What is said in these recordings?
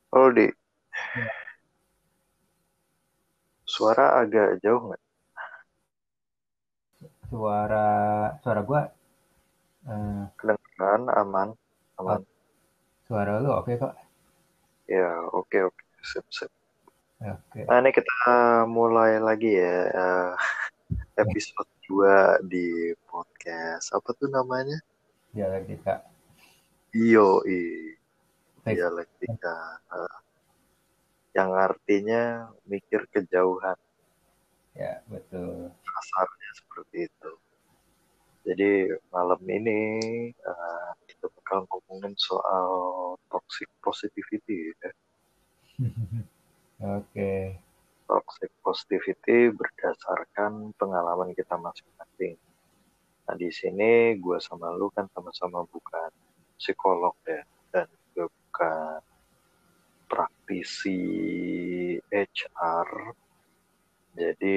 Oh, di Ya. suara agak jauh nggak? Suara suara gua eh, Kedengeran aman, aman. out. Suara lu oke kok. Ya, oke oke, sip sip. Oke. Nah, ini kita mulai lagi ya, episode 2 di podcast. Apa tuh namanya? Dialektika. Yoi, Baik. dialektika. Yang artinya mikir kejauhan, Ya, betul. kasarnya seperti itu. Jadi malam ini kita bakal ngomongin soal toxic positivity ya. Oke. Toxic positivity berdasarkan pengalaman kita masing-masing. Nah, di sini gue sama lu kan sama-sama bukan psikolog ya, dan juga bukan praktisi HR, jadi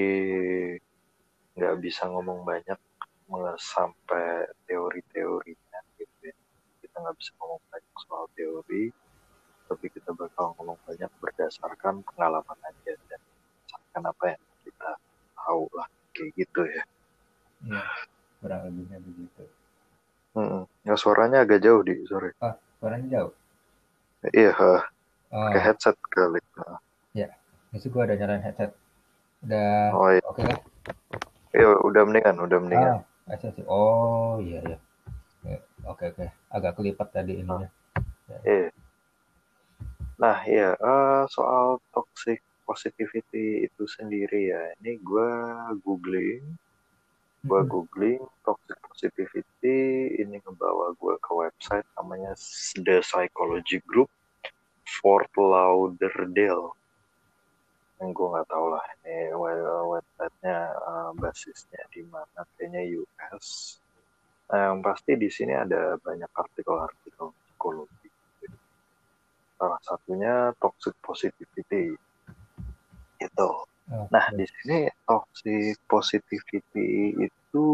nggak bisa ngomong banyak sampai teori-teorinya gitu ya. Kita nggak bisa ngomong banyak soal teori, tapi kita bakal ngomong banyak berdasarkan pengalaman aja dan berdasarkan apa yang kita tahu lah, kayak gitu ya. Ya, kurang lebihnya begitu. Ya, suaranya agak jauh di sore. Oh, suaranya jauh. Iya, pakai Oh, headset kali. Nah, ya. Itu gua ada nyalain headset. Udah oh iya, oke lah. iya, udah mendingan, udah mendingan. Ah, headset sih. Oh, iya ya. Ya, oke oke. Agak kelipat tadi Nah, ininya. Ya. iya. Nah, iya, soal toxic positivity itu sendiri ya. Ini googling, gue Mm-mm. googling toxic positivity, ini ngebawa gue ke website namanya The Psychology Group Fort Lauderdale. Yang gue nggak tahu lah ini websitenya, basisnya di mana, kayaknya US. Nah, yang pasti di sini ada banyak artikel-artikel psikologi. Salah satunya toxic positivity itu. Nah, Oke. di sini toxic positivity itu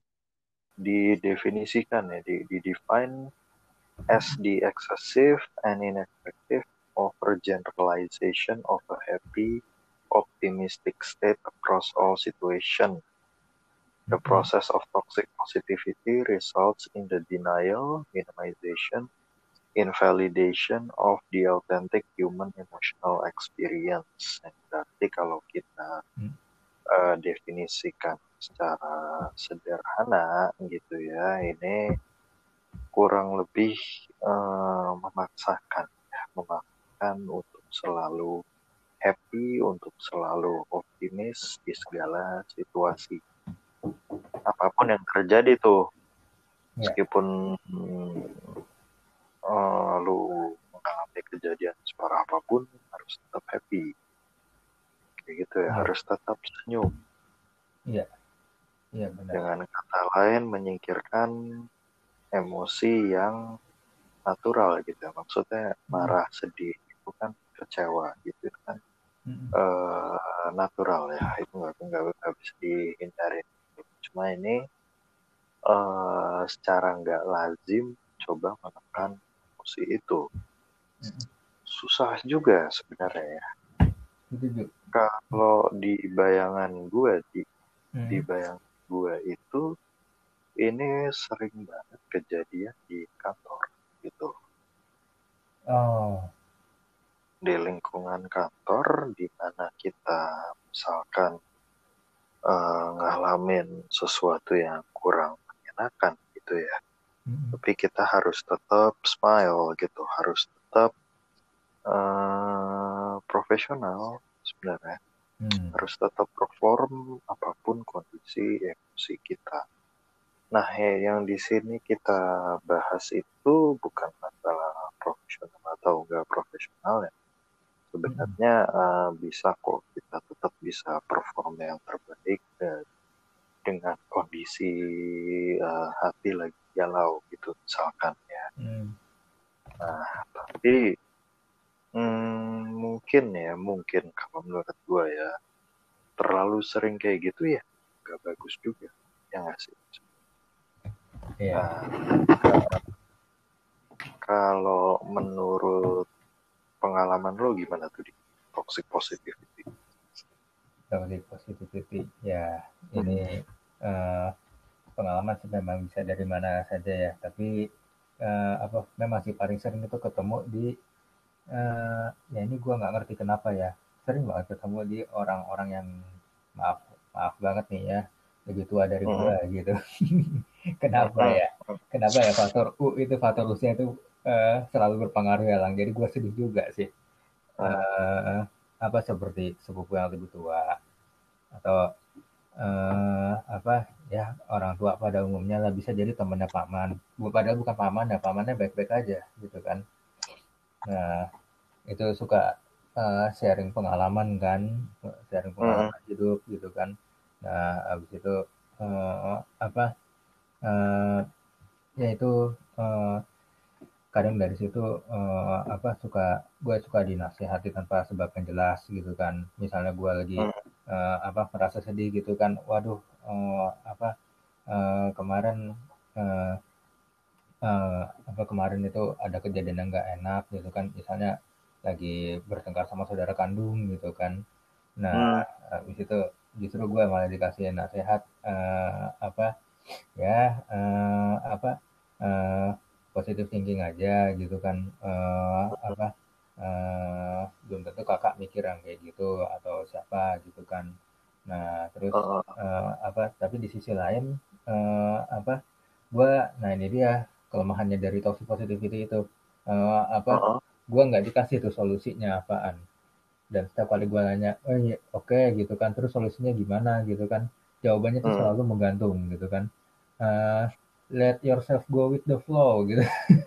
didefinisikan ya, di define as the excessive and ineffective overgeneralization of a happy, optimistic state across all situations. The Mm-mm. process of toxic positivity results in the denial, minimization, invalidation of the authentic human emotional experience. Berarti kalau kita Mm. definisikan secara sederhana gitu ya, ini kurang lebih memaksakan untuk selalu happy, untuk selalu optimis di segala situasi. Apapun yang terjadi tuh, Ya. meskipun lu mengalami kejadian separah apapun, harus tetap happy. Kayak gitu ya, Ya. harus tetap senyum. Iya. Iya benar. Dengan kata lain, menyingkirkan emosi yang natural gitu ya. Maksudnya Mm-mm. marah, sedih, itu kan kecewa gitu kan, Mm-mm. natural ya. Itu nggak bisa dihindarin. Cuma ini secara nggak lazim coba menekan emosi itu. Mm-mm. Susah juga sebenarnya ya. Setuju. Kalau di Mm. bayangan gue itu, ini sering banget kejadian di kantor gitu. Oh. Di lingkungan kantor di mana kita misalkan ngalamin sesuatu yang kurang menyenangkan gitu ya. Mm-mm. Tapi kita harus tetap smile gitu, harus tetap profesional sebenarnya. Mm. Harus tetap perform apapun kondisi emosi kita. Nah, yang di sini kita bahas itu bukan masalah profesional atau enggak profesional ya. Mm-mm. Sebenarnya bisa kok kita tetap bisa perform yang terbaik dengan kondisi hati lagi galau gitu misalkan ya. Mm. Nah, tapi mungkin kalau menurut gue ya, terlalu sering kayak gitu ya nggak bagus juga, ya nggak sih. Iya. Nah, kalau menurut pengalaman lo gimana tuh di toxic positivity? Toxic positivity, ya ini eh, pengalaman sih memang bisa dari mana saja ya. Tapi apa memang sih paling sering itu ketemu di ya ini gue nggak ngerti kenapa ya. Sering banget ketemu di orang-orang yang maaf maaf banget nih ya, lebih tua dari gue Mm-mm. gitu. Kenapa Mm-mm. ya? Kenapa ya faktor usia itu selalu berpengaruh ya lang. Jadi gue sedih juga sih. Mm. Eh apa seperti sepupu yang lebih tua atau apa ya orang tua pada umumnya lah bisa jadi temannya paman. Padahal bukan paman ya, pamannya baik-baik aja gitu kan. Nah, itu suka sharing pengalaman kan, sharing Mm-mm. pengalaman hidup gitu kan. Nah, habis itu apa ya itu eh, kadang dari situ apa gue suka dinasehati tanpa sebab yang jelas gitu kan. Misalnya gue lagi Mm. apa merasa sedih gitu kan. Waduh, apa kemarin eh, apa kemarin itu ada kejadian yang nggak enak gitu kan, misalnya lagi bertengkar sama saudara kandung gitu kan. Nah, Mm. habis itu justru gue malah dikasih nasihat apa ya apa eh, positive thinking aja gitu kan. Apa belum tentu kakak mikir yang kayak gitu atau siapa gitu kan. Nah, terus Uh, apa tapi di sisi lain apa gua nah ini dia kelemahannya dari toxic positivity itu. Apa uh, gua nggak dikasih tuh solusinya apaan, dan setiap kali gua nanya oh iya oke gitu kan, terus solusinya gimana gitu kan, jawabannya tuh mm. selalu menggantung gitu kan. Eh, let yourself go with the flow gitu.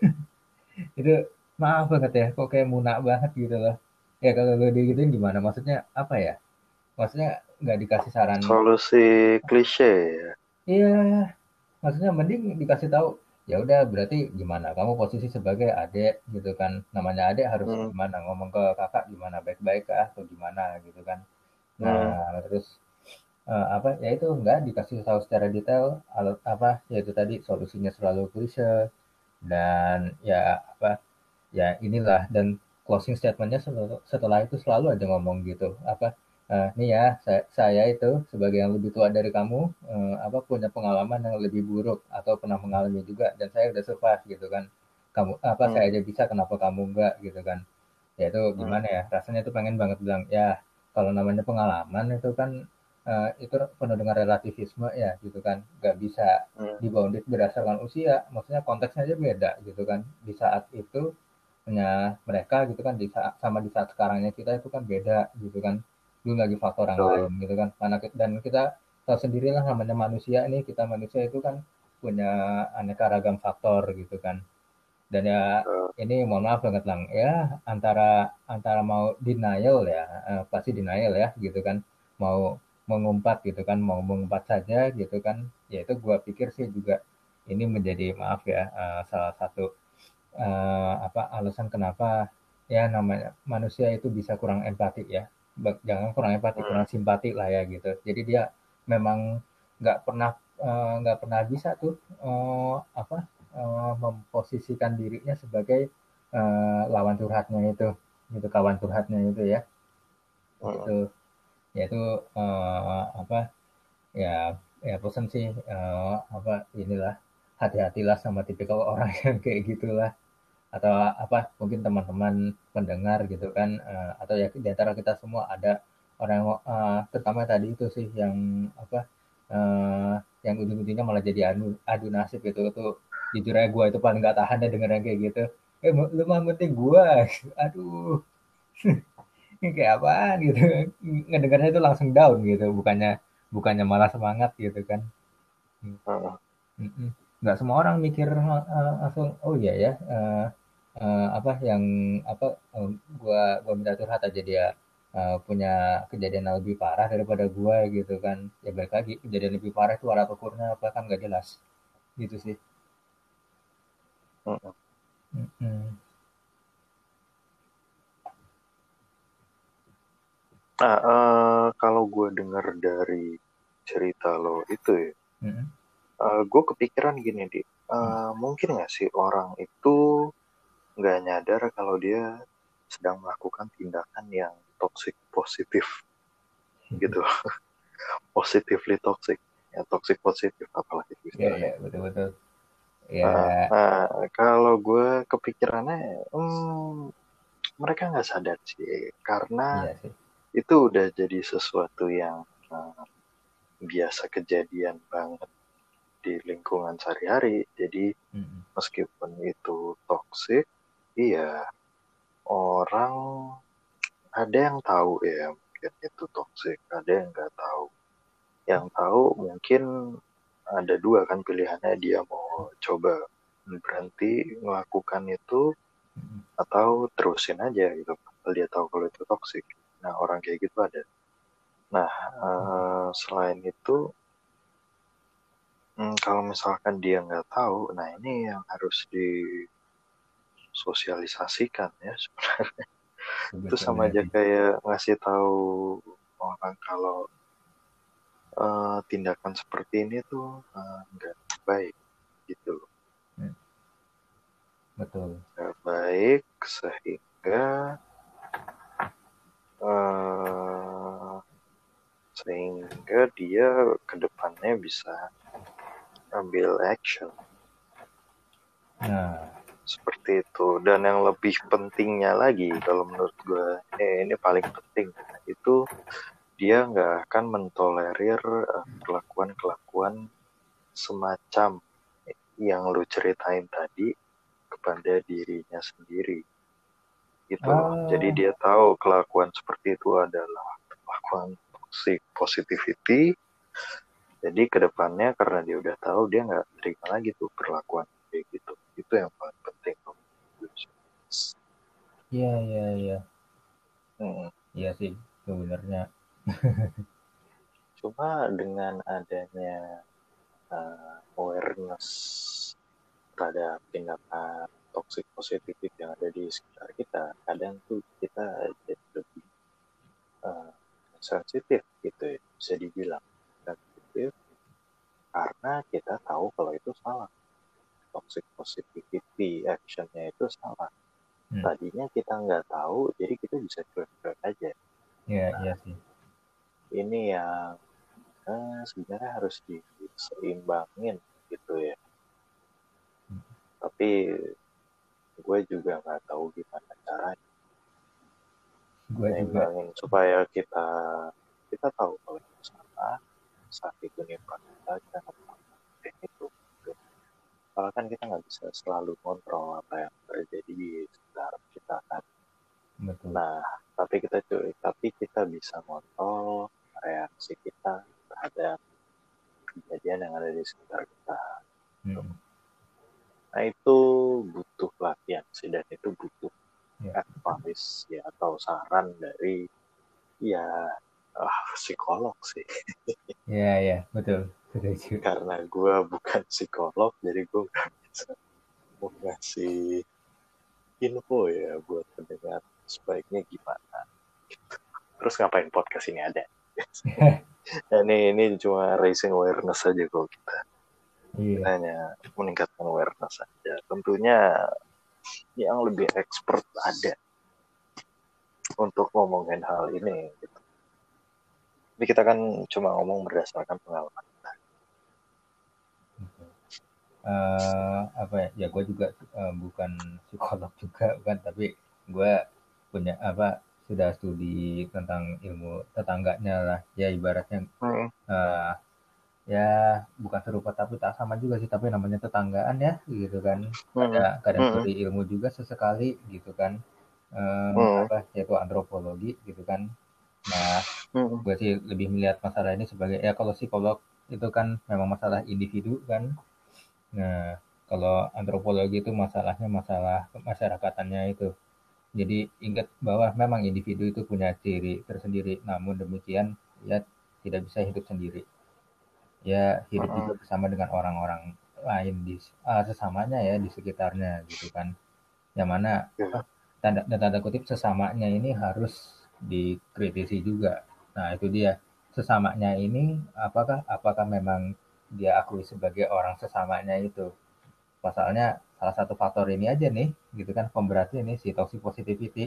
Itu maaf banget ya kok kayak muna banget gitu loh. Ya kalau lo digituin gimana, maksudnya apa ya, maksudnya nggak dikasih saran. Solusi klise ya. Iya, maksudnya mending dikasih tahu, ya udah berarti gimana kamu posisi sebagai adik gitu kan. Namanya adik harus Mm. gimana ngomong ke kakak, gimana baik-baik kah atau gimana gitu kan. Nah, Mm. terus apa ya itu enggak dikasih tahu secara detail alat apa yaitu tadi solusinya selalu klise. Dan ya apa ya inilah, dan closing statementnya setelah itu selalu aja ngomong gitu apa nih ya saya itu sebagai yang lebih tua dari kamu apa punya pengalaman yang lebih buruk atau pernah mengalami juga, dan saya udah survive gitu kan. Kamu apa saya Mm. aja bisa kenapa kamu enggak gitu kan. Ya itu Mm. gimana ya, rasanya tuh pengen banget bilang ya kalau namanya pengalaman itu kan itu penuh dengan relativisme ya gitu kan, nggak bisa Mm. dibounded berdasarkan usia, maksudnya konteksnya aja beda gitu kan. Di saat itu punya mereka gitu kan, di saat sama di saat sekarangnya kita itu kan beda gitu kan. Belum lagi faktor yang Betul. lain gitu kan. Dan kita tahu sendirilah namanya manusia ini, kita manusia itu kan punya aneka ragam faktor gitu kan. Dan ya Betul. ini mohon maaf banget lang ya, antara antara mau denial ya pasti denial ya gitu kan, mau mengumpat gitu kan, mau mengumpat saja gitu kan. Ya itu gua pikir sih juga ini menjadi maaf ya salah satu apa alasan kenapa ya namanya manusia itu bisa kurang empati ya. Jangan kurang empati, Mm. kurang simpati lah ya gitu. Jadi dia memang nggak pernah nggak pernah bisa tuh apa memposisikan dirinya sebagai lawan curhatnya itu, gitu kawan curhatnya itu ya, Mm. gitu. Yaitu apa ya ya pesan sih apa inilah hati-hatilah sama tipikal orang yang kayak gitulah. Atau apa mungkin teman-teman pendengar gitu kan atau ya di antara kita semua ada orang yang terutama tadi itu sih yang apa eh, yang ujung-ujungnya malah jadi adu nasib gitu. Itu jujur aja gue itu paling gak tahan ya denger yang kayak gitu. Lu mah penting gue aduh, ini kayak apaan gitu. Ngedengarnya itu langsung down gitu, bukannya bukannya malah semangat gitu kan. Mm. Mm-mm. Nggak semua orang mikir langsung oh iya ya apa yang apa gua minta curhat aja dia punya kejadian yang lebih parah daripada gua gitu kan. Ya balik lagi kejadian lebih parah itu alat ukurnya apa kan nggak jelas gitu sih. Mm. Mm-mm. Nah, kalau gue dengar dari cerita lo itu ya, Mm-mm. gue kepikiran gini, Di. Mungkin nggak sih orang itu nggak nyadar kalau dia sedang melakukan tindakan yang toxic positif gitu. Positively toxic ya, toxic positif apalagi itu Iya, istilahnya. iya, betul-betul. Ya, Nah, kalau gue kepikirannya mereka nggak sadar sih karena iya sih. itu udah jadi sesuatu yang biasa kejadian banget di lingkungan sehari-hari. Jadi Mm-mm. meskipun itu toxic, iya orang ada yang tahu ya mungkin itu toxic, ada yang nggak tahu. Yang tahu mungkin ada dua kan pilihannya, dia mau coba berhenti melakukan itu Mm-mm. atau terusin aja gitu. Kalau dia tahu kalau itu toxic. Nah orang kayak gitu ada. Nah selain itu kalau misalkan dia nggak tahu, nah ini yang harus disosialisasikan ya. Itu sama Sebetulnya aja sih. kayak ngasih tahu orang kalau tindakan seperti ini tuh nggak baik gitu loh. Mm, betul. Nggak baik sehingga eh, sehingga dia kedepannya bisa ambil action Nah, seperti itu. Dan yang lebih pentingnya lagi kalau menurut gue ini paling penting itu dia nggak akan mentolerir kelakuan-kelakuan semacam yang lu ceritain tadi kepada dirinya sendiri gitu loh. Jadi ah, dia tahu kelakuan seperti itu adalah kelakuan toxic positivity. Jadi kedepannya karena dia udah tahu dia nggak terima lagi tuh perlakuan kayak gitu. Itu yang paling penting. iya, iya, iya. Hmm. Iya sih, sebenarnya. Cuma dengan adanya awareness terhadap tindakan toxic positivity yang ada di sekitar kita, kadang tuh kita jadi lebih uh, sensitif gitu ya, bisa dibilang sensitif karena kita tahu kalau itu salah. Toxic positivity actionnya itu salah. Hmm. Tadinya kita nggak tahu, jadi kita bisa cuek-cuek aja. Iya, Nah, iya sih. ini yang sebenarnya harus diseimbangin gitu ya. Tapi gue juga nggak tahu gimana caranya Gue juga. seimbangin supaya kita kita tahu kalau itu salah, saat itu nimpa kita jangan sampai itu. Gitu. Soalnya kan kita nggak bisa selalu kontrol apa yang terjadi di sekitar kita kan. Betul. Nah, tapi kita bisa kontrol reaksi kita terhadap kejadian yang ada di sekitar kita. Mm-mm. Nah, itu butuh latihan sih dan itu butuh Iya, advice ya atau saran dari ya psikolog sih. iya, iya, betul. Setuju. Karena gue bukan psikolog, jadi gue nggak bisa mau ngasih info ya buat pendengar sebaiknya gimana. Terus ngapain podcast ini ada? ini cuma raising awareness saja kalau kita Iya, hanya meningkatkan awareness saja. Tentunya yang lebih expert ada untuk ngomongin hal ini. Gitu. Tapi kita kan cuma ngomong berdasarkan pengalaman. apa ya? Ya gue juga bukan psikolog juga, bukan. Tapi gue punya apa? Sudah studi tentang ilmu tetangganya lah. Ya ibaratnya Hmm, eh, ya bukan serupa tapi tak sama juga sih. Tapi namanya tetanggaan ya, gitu kan. hmm, Kadang hmm, curi ilmu juga sesekali, gitu kan. hmm, Apa? Yaitu antropologi, gitu kan. Nah, hmm, gue sih lebih melihat masalah ini sebagai ya kalau psikolog itu kan memang masalah individu kan. Nah, kalau antropologi itu masalahnya masalah kemasyarakatannya itu. Jadi ingat bahwa memang individu itu punya ciri tersendiri, namun demikian ya tidak bisa hidup sendiri. Ya hidup juga hmm, bersama dengan orang-orang lain di sesamanya ya di sekitarnya gitu kan. Yang mana apa ya, tanda kutip sesamanya ini harus dikritisi juga. Nah, itu dia. Sesamanya ini apakah apakah memang dia akui sebagai orang sesamanya itu? Pasalnya salah satu faktor ini aja nih, gitu kan pemberatnya nih si toxic positivity.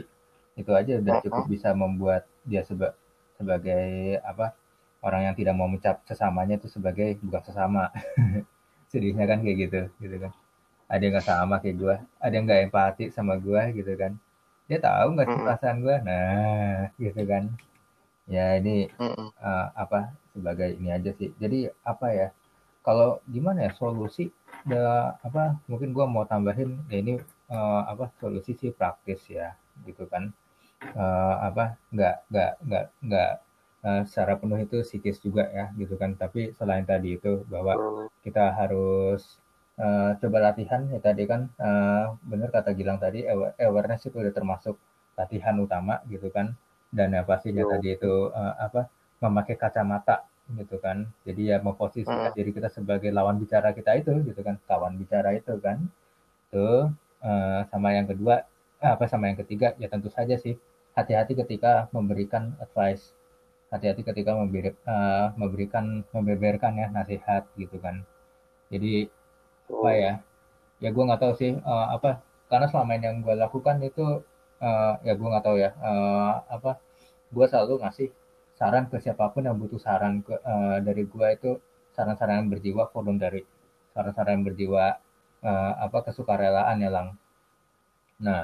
Itu aja udah cukup bisa membuat dia sebagai apa, orang yang tidak mau mencap sesamanya itu sebagai bukan sesama. Sedihnya kan kayak gitu kan. Ada yang nggak sama kayak gue, ada yang nggak empati sama gue gitu kan. Dia tahu nggak sih perasaan gue? Nah, gitu kan. Ya ini apa sebagai ini aja sih. Jadi apa ya? Kalau gimana ya solusi apa mungkin gue mau tambahin ya ini apa solusi sih praktis ya gitu kan. Apa nggak secara penuh itu psikis juga ya gitu kan. Tapi selain tadi itu bahwa kita harus coba latihan ya tadi kan benar kata Gilang tadi awareness itu udah termasuk latihan utama gitu kan. Dan ya pastinya tadi itu apa memakai kacamata gitu kan. Jadi ya memposisikan diri kita sebagai lawan bicara kita itu gitu kan, kawan bicara itu kan. Tuh sama yang kedua apa sama yang ketiga ya tentu saja sih hati-hati ketika memberikan advice, hati-hati ketika memberikan membeberkan ya nasihat gitu kan. Jadi apa ya ya gue nggak tahu sih apa karena selama ini yang gue lakukan itu ya gue nggak tahu ya apa gue selalu ngasih saran ke siapapun yang butuh saran dari gue itu saran-saran yang berjiwa voluntary, saran-saran yang berjiwa apa kesukarelaan ya lang. Nah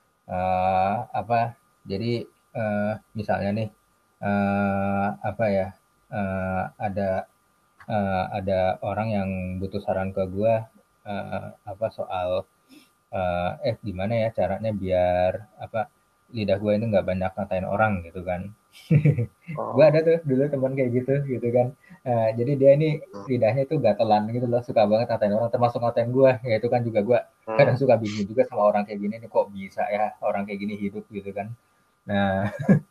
apa jadi misalnya nih apa ya ada ada orang yang butuh saran ke gue apa soal gimana ya caranya biar apa lidah gue itu nggak banyak ngatain orang gitu kan. Gue ada tuh dulu teman kayak gitu gitu kan. Jadi dia ini lidahnya tuh gatelan gitu loh, suka banget ngatain orang, termasuk ngatain gue. Ya itu kan juga gue kadang suka bingung juga sama orang kayak gini nih, kok bisa ya orang kayak gini hidup gitu kan. Nah,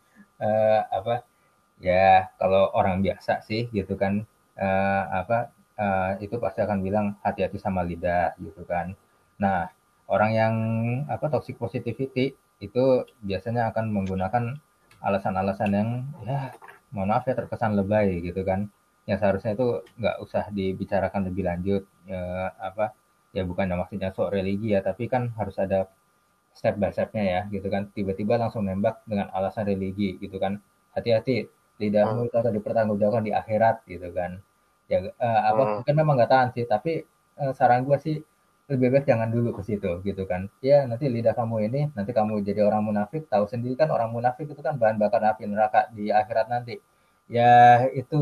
apa ya kalau orang biasa sih gitu kan apa itu pasti akan bilang hati-hati sama lidah gitu kan. Nah, orang yang apa toxic positivity itu biasanya akan menggunakan alasan-alasan yang ya mohon maaf ya terkesan lebay gitu kan. Yang seharusnya itu nggak usah dibicarakan lebih lanjut apa ya bukannya maksudnya sok religi ya, tapi kan harus ada step by stepnya ya gitu kan. Tiba-tiba langsung nembak dengan alasan religi gitu kan. Hati-hati lidahmu itu akan dipertanggungjawabkan di akhirat gitu kan. Ya apa mungkin memang nggak tahan sih, tapi saran gue sih lebih baik jangan dulu ke situ gitu kan. Ya nanti lidah kamu ini nanti kamu jadi orang munafik, tahu sendiri kan orang munafik itu kan bahan bakar api neraka di akhirat nanti. Ya itu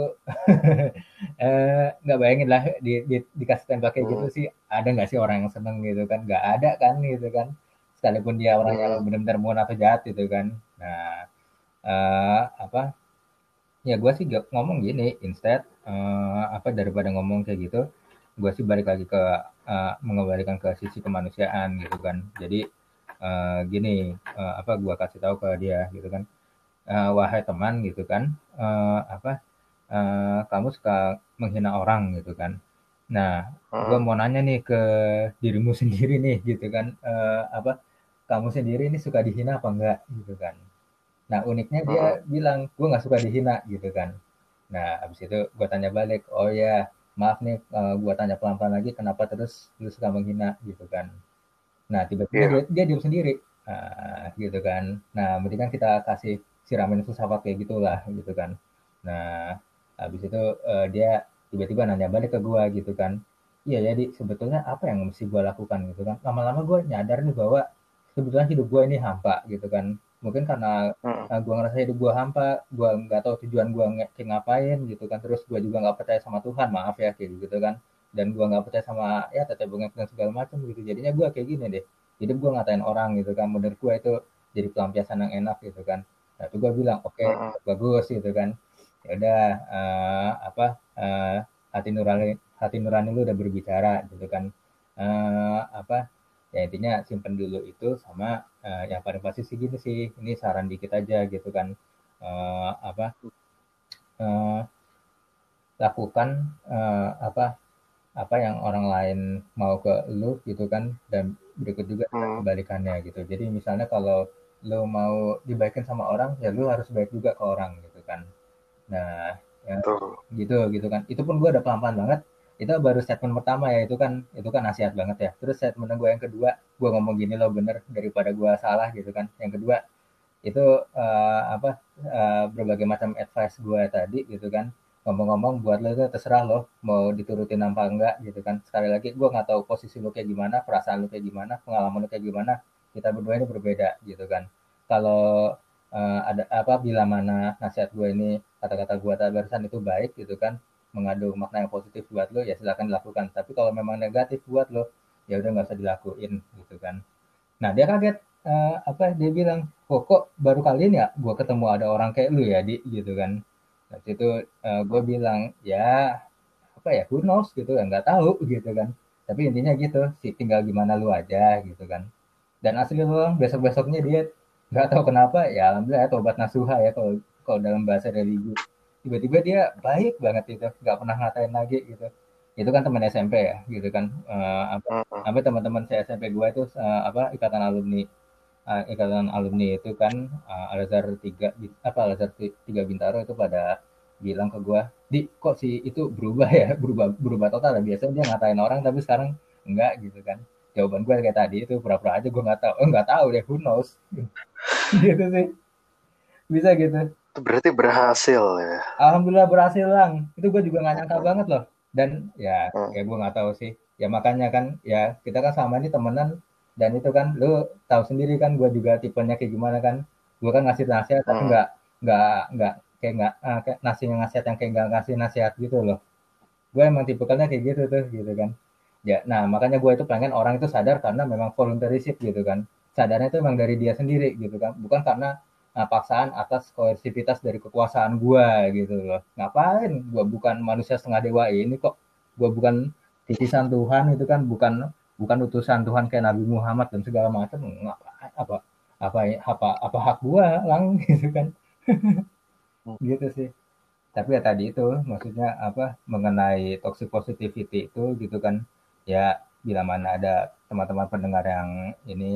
nggak bayangin lah dikasih tembak kayak gitu sih ada nggak sih orang yang seneng gitu kan, nggak ada kan gitu kan, sekalipun dia orang yang benar-benar munafik jahat gitu kan. Nah apa ya gue sih ngomong gini instead apa daripada ngomong kayak gitu gue sih balik lagi ke mengembalikan ke sisi kemanusiaan gitu kan. Jadi gini apa gue kasih tahu ke dia gitu kan, wahai teman gitu kan apa kamu suka menghina orang gitu kan. Nah gue mau nanya nih ke dirimu sendiri nih gitu kan apa kamu sendiri ini suka dihina apa enggak gitu kan. Nah, uniknya dia bilang, gue nggak suka dihina gitu kan. Nah, abis itu gue tanya balik, oh ya, maaf nih, gue tanya pelan-pelan lagi, kenapa terus lu suka menghina gitu kan. Nah, tiba-tiba dia diam sendiri, gitu kan. Nah, berarti kan kita kasih siramin filsafat kayak gitulah gitu kan. Nah, habis itu dia tiba-tiba nanya balik ke gue gitu kan. Iya jadi sebetulnya apa yang mesti gue lakukan gitu kan. Lama-lama gue nyadar nih bahwa sebetulnya hidup gue ini hampa gitu kan. Mungkin karena gue ngerasa hidup gue hampa, gue nggak tahu tujuan gue ngapain gitu kan. Terus gue juga nggak percaya sama Tuhan, maaf ya kayak gitu kan. Dan gue nggak percaya sama ya tete bengek dan segala macam gitu. Jadinya gue kayak gini deh. Jadi gue ngatain orang gitu kan. Menurut gue itu jadi pelampiasan yang enak gitu kan. Nah itu gue bilang oke, bagus gitu kan. Ya udah apa hati nurani lu udah berbicara gitu kan. Apa ya intinya simpen dulu itu sama yang paling pasti sih gini sih ini saran dikit aja gitu kan apa eh, lakukan apa apa yang orang lain mau ke lu gitu kan, dan berikut juga kebalikannya gitu. Jadi misalnya kalau lu mau dibaikin sama orang ya lu harus baik juga ke orang gitu kan. Nah ya gitu gitu kan, itu pun gue udah pelan-pelan banget Itu baru statement pertama ya, itu kan nasihat banget ya. Terus statement gue yang kedua, gue ngomong gini loh bener daripada gue salah gitu kan. Yang kedua itu apa berbagai macam advice gue tadi gitu kan. Ngomong-ngomong buat lo itu terserah lo mau diturutin apa enggak gitu kan. Sekali lagi gue nggak tahu posisi lo kayak gimana, perasaan lo kayak gimana, pengalaman lo kayak gimana. Kita berdua ini berbeda gitu kan. Kalau ada apa bila mana nasihat gue ini kata-kata gue tadi barusan itu baik gitu kan, mengandung makna yang positif buat lo ya silakan dilakukan. Tapi kalau memang negatif buat lo ya udah nggak usah dilakuin gitu kan. Nah dia kaget, apa dia bilang, kok baru kali ini ya gue ketemu ada orang kayak lu ya di gitu kan. Nah itu gue bilang ya apa ya, who knows gitu kan, nggak tahu gitu kan. Tapi intinya gitu sih, tinggal gimana lu aja gitu kan. Dan asli doang besok besoknya dia nggak tahu kenapa ya, alhamdulillah ya, tobat nasuha ya kalau kalau dalam bahasa religi. Tiba-tiba dia baik banget itu, nggak pernah ngatain lagi gitu. Itu kan teman SMP ya gitu kan. Apa Mm-mm. sampai teman-teman saya SMP gua itu apa ikatan alumni itu kan Al-Azhar 3 apa Al-Azhar 3 Bintaro itu pada bilang ke gua, "Di, kok si itu berubah ya, berubah berubah total ya. Biasanya dia ngatain orang tapi sekarang enggak," gitu kan. Jawaban gue kayak tadi itu pura-pura aja gue nggak tahu. Oh, nggak tahu deh, who knows. Gitu sih. Bisa gitu. Itu berarti berhasil ya. Alhamdulillah berhasil lang. Itu gue juga nggak nyangka Mm-mm. banget loh. Dan ya gue nggak tahu sih. Ya makanya kan ya kita kan sama ini temenan dan itu kan lu tahu sendiri kan gue juga tipenya kayak gimana kan. Gue kan ngasih nasihat tapi Mm-mm. nggak kayak nggak kayak ngasih nasihat yang kayak nggak ngasih nasihat gitu loh. Gue emang tipikalnya kayak gitu tuh gitu kan. Ya, nah makanya gue itu pengen orang itu sadar karena memang volunteership gitu kan. Sadarnya itu memang dari dia sendiri gitu kan, bukan karena paksaan atas koersivitas dari kekuasaan gue gitu loh. Ngapain? Gue bukan manusia setengah dewa ini kok. Gue bukan titisan Tuhan itu kan, bukan bukan utusan Tuhan kayak Nabi Muhammad dan segala macam. Ngapain? Apa hak gue lang gitu kan? Gitu sih. Tapi ya tadi itu maksudnya apa mengenai toxic positivity itu gitu kan, ya bila mana ada teman-teman pendengar yang ini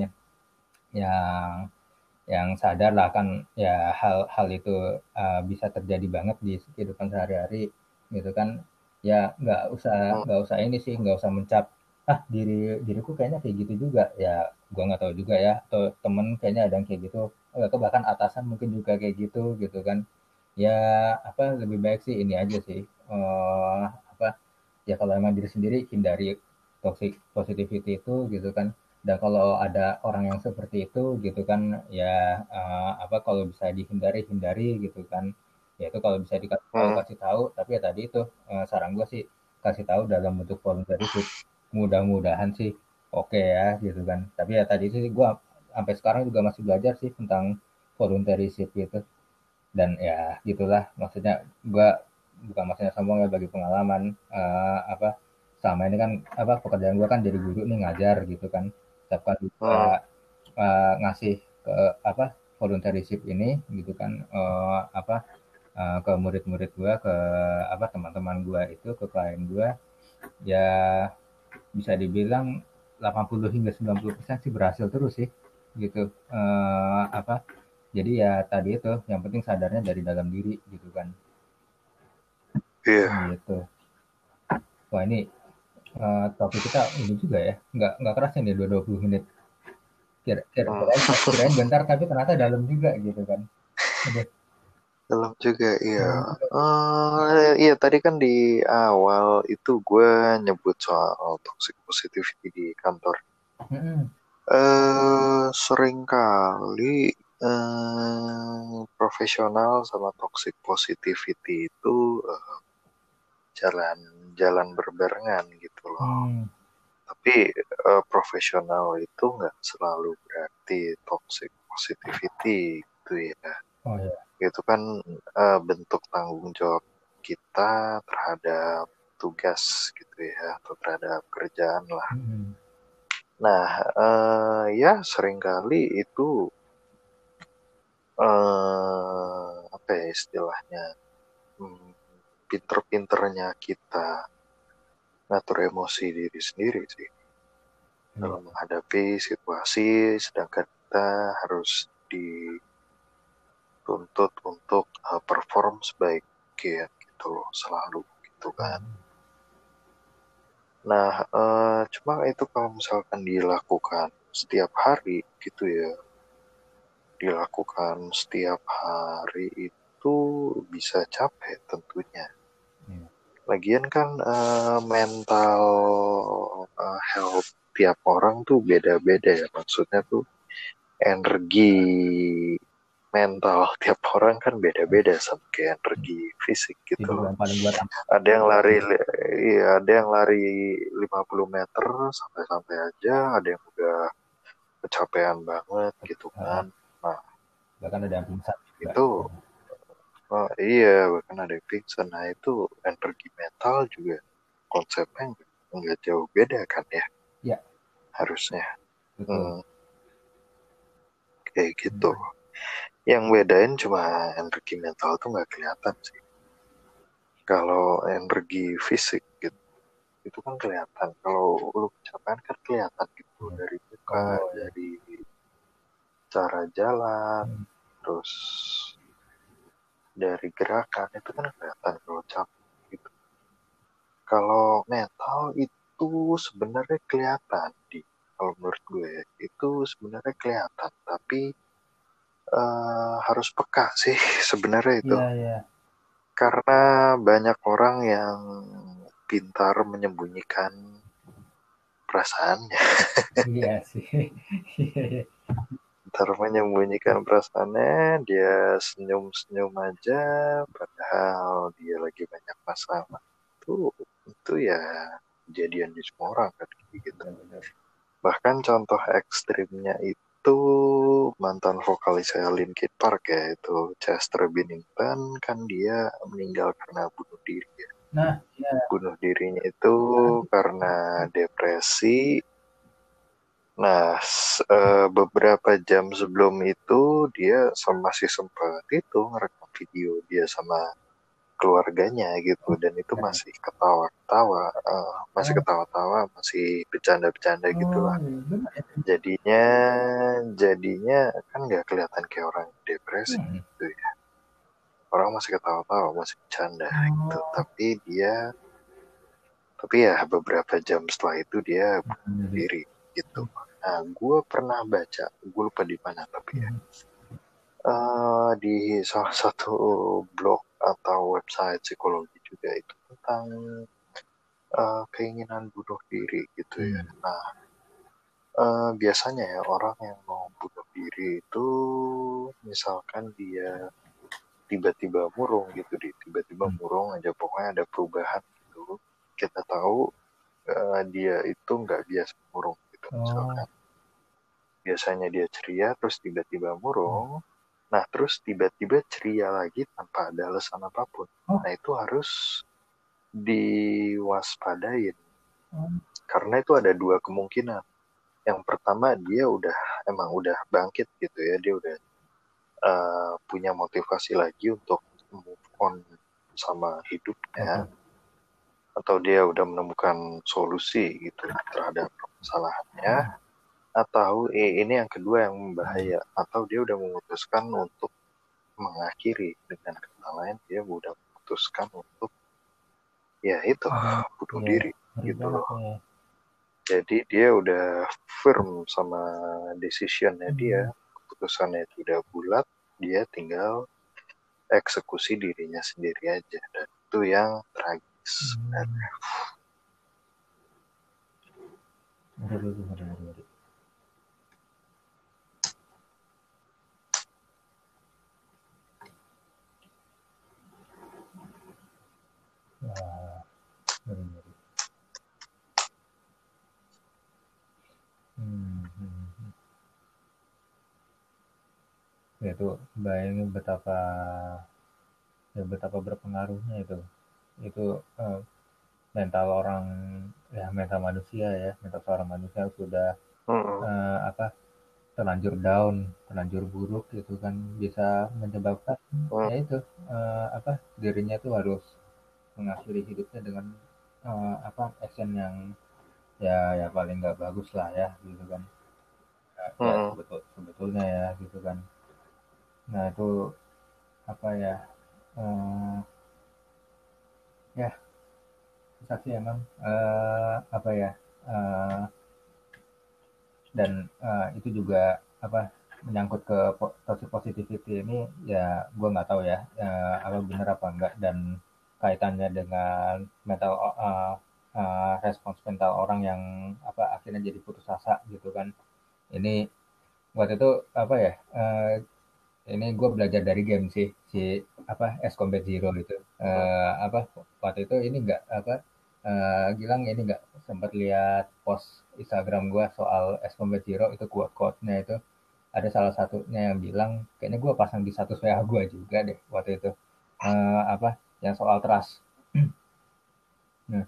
yang sadar lah kan ya hal-hal itu bisa terjadi banget di kehidupan sehari-hari gitu kan. Ya Mm-mm. nggak usah ini sih, nggak usah mencap diriku kayaknya kayak gitu juga ya. Gua nggak tahu juga ya, atau temen kayaknya ada yang kayak gitu, atau bahkan atasan mungkin juga kayak gitu gitu kan. Ya apa lebih baik sih ini aja sih, apa ya kalau emang diri sendiri hindari toxic positivity itu gitu kan. Dan kalau ada orang yang seperti itu gitu kan ya apa kalau bisa dihindari hindari gitu kan. Ya itu kalau bisa dikasih tahu Mm-mm. kasih tahu, tapi ya tadi itu saran gue sih kasih tahu dalam bentuk volunteership. Mudah-mudahan sih oke ya gitu kan. Tapi ya tadi sih gue sampai sekarang juga masih belajar sih tentang volunteership gitu. Dan ya gitulah maksudnya gue bukan maksudnya sombong ya, bagi pengalaman apa sama ini kan apa pekerjaan gue kan jadi guru nih, ngajar gitu kan. Setiap kali gue Mm. ngasih ke apa volunteership ini gitu kan apa ke murid-murid gue, ke apa teman-teman gue itu, ke klien gue ya bisa dibilang 80 hingga 90% sih berhasil terus sih gitu. Apa jadi ya tadi itu yang penting sadarnya dari dalam diri gitu kan. Iya. Gitu. Wah ini topik kita ini juga ya, nggak kerasa nih 20 menit. Mm. Kirain bentar tapi ternyata dalam juga gitu kan. Aduh, Dalam juga, iya. dalam juga. Iya, tadi kan di awal itu gue nyebut soal toxic positivity di kantor. Mm-mm. Seringkali profesional sama toxic positivity itu jalan jalan berbarengan gitu loh. Hmm. Tapi profesional itu nggak selalu berarti toxic positivity gitu ya. Oh ya. Itu kan bentuk tanggung jawab kita terhadap tugas gitu ya, atau terhadap kerjaan lah. Mm-mm. Nah, ya seringkali itu apa ya istilahnya, hmm, pinter-pinternya kita ngatur emosi diri sendiri sih Iya. dalam menghadapi situasi, sedangkan kita harus dituntut untuk perform sebaik gitu loh, selalu gitu kan. Nah, cuma itu kalau misalkan dilakukan setiap hari gitu ya, dilakukan setiap hari itu bisa capek tentunya. Iya. Lagian kan mental health tiap orang tuh beda-beda ya. Maksudnya tuh energi mental tiap orang kan beda-beda sama kayak energi fisik gitu Hidup loh. yang paling buat Ada yang lari, iya, ada yang lari 50 meter sampai-sampai aja, ada yang udah kecapean banget gitu kan. Nah, bahkan ada yang pingsan juga. itu oh, iya, bahkan ada yang pingsan. Nah, itu energi mental juga konsepnya nggak jauh beda kan ya, Ya, harusnya. betul. Hmm, kayak gitu. Yang bedain cuma energi mental tuh nggak kelihatan sih. Kalau energi fisik gitu, itu kan kelihatan. Kalau lu kecapean kan kelihatan gitu Ya. dari muka, Oh, ya. dari cara jalan, Hmm. terus dari gerakan itu kan kelihatan kalau capek gitu. Kalau mental itu sebenarnya kelihatan di kalau menurut gue ya, itu sebenarnya kelihatan, tapi harus peka sih sebenarnya itu. Iya, iya. Karena banyak orang yang pintar menyembunyikan perasaannya, Iya sih. Iya, iya. pintar menyembunyikan perasaannya, dia senyum-senyum aja, padahal dia lagi banyak masalah. Itu ya kejadian di semua orang kan gitu. Benar-benar. Bahkan contoh ekstrimnya itu mantan vokalisnya Linkin Park ya, itu Chester Bennington kan dia meninggal karena bunuh diri ya. Nah, ya. Bunuh dirinya itu karena depresi. Nah, beberapa jam sebelum itu dia masih sempat itu ngerekam video dia sama keluarganya gitu, dan itu Ya. masih ketawa-ketawa, masih Oh, ketawa-tawa, masih bercanda-bercanda gitulah. oh, iya, benar ya. Jadinya jadinya kan nggak kelihatan kayak orang depresi Hmm. gitu ya. Orang masih ketawa-tawa, masih bercanda gitu. Oh, Tapi ya beberapa jam setelah itu dia bunuh jadi. diri gitu. Nah, gue pernah baca, gue lupa di mana tapi ya, Hmm. di salah satu blog atau website psikologi juga itu tentang keinginan bunuh diri gitu ya. Hmm. Nah, biasanya ya orang yang mau bunuh diri itu misalkan dia tiba-tiba murung gitu, tiba-tiba Hmm. murung aja, pokoknya ada perubahan gitu. Kita tahu dia itu nggak biasa murung gitu, Oh, misalkan biasanya dia ceria terus tiba-tiba hmm. murung, nah terus tiba-tiba ceria lagi tanpa ada alasan apapun. Oh, Nah itu harus diwaspadain, oh, karena itu ada dua kemungkinan. Yang pertama dia emang udah bangkit gitu ya, dia udah punya motivasi lagi untuk move on sama hidupnya, oke. atau dia udah menemukan solusi gitu terhadap permasalahannya, atau ini yang kedua yang Hmm. membahaya, atau dia udah memutuskan untuk mengakhiri, dengan kata lain dia udah memutuskan untuk ya itu Oh, bunuh iya, diri ngeri gitu banget loh. ya. Jadi dia udah firm sama decisionnya dia, Hmm. keputusannya itu udah bulat, dia tinggal eksekusi dirinya sendiri aja, dan itu yang tragis. Dan Hmm. Ngeri, ngeri, ngeri, ngeri. Wah, ngeri, ngeri. Hmm. Hmm. Hmm. Ya, itu bayangin betapa ya betapa berpengaruhnya itu eh, mental orang, ya mental manusia, ya mental seorang manusia sudah mm, apa, terlanjur down, terlanjur buruk gitu kan, bisa menyebabkan mm, ya itu apa, dirinya tuh harus mengakhiri hidupnya dengan apa, action yang ya paling nggak bagus lah ya gitu kan. Ya mm, sebetulnya ya gitu kan. Nah itu apa ya, eh, ya susah sih emang, apa ya, eee, dan, itu juga apa, menyangkut ke toxic positivity ini ya gue nggak tahu ya, apa bener apa enggak dan kaitannya dengan mental respons mental orang yang apa, akhirnya jadi putus asa gitu kan. Ini waktu itu apa ya, ini gue belajar dari game sih, si apa, Ace Combat Zero itu, Hmm. apa, waktu itu ini enggak apa, Gilang ini enggak sempat lihat post Instagram gue soal Ace Combat Zero itu quote-nya itu ada salah satunya yang bilang kayaknya gue pasang di status WA gue juga deh waktu itu, apa yang soal trust. Nah,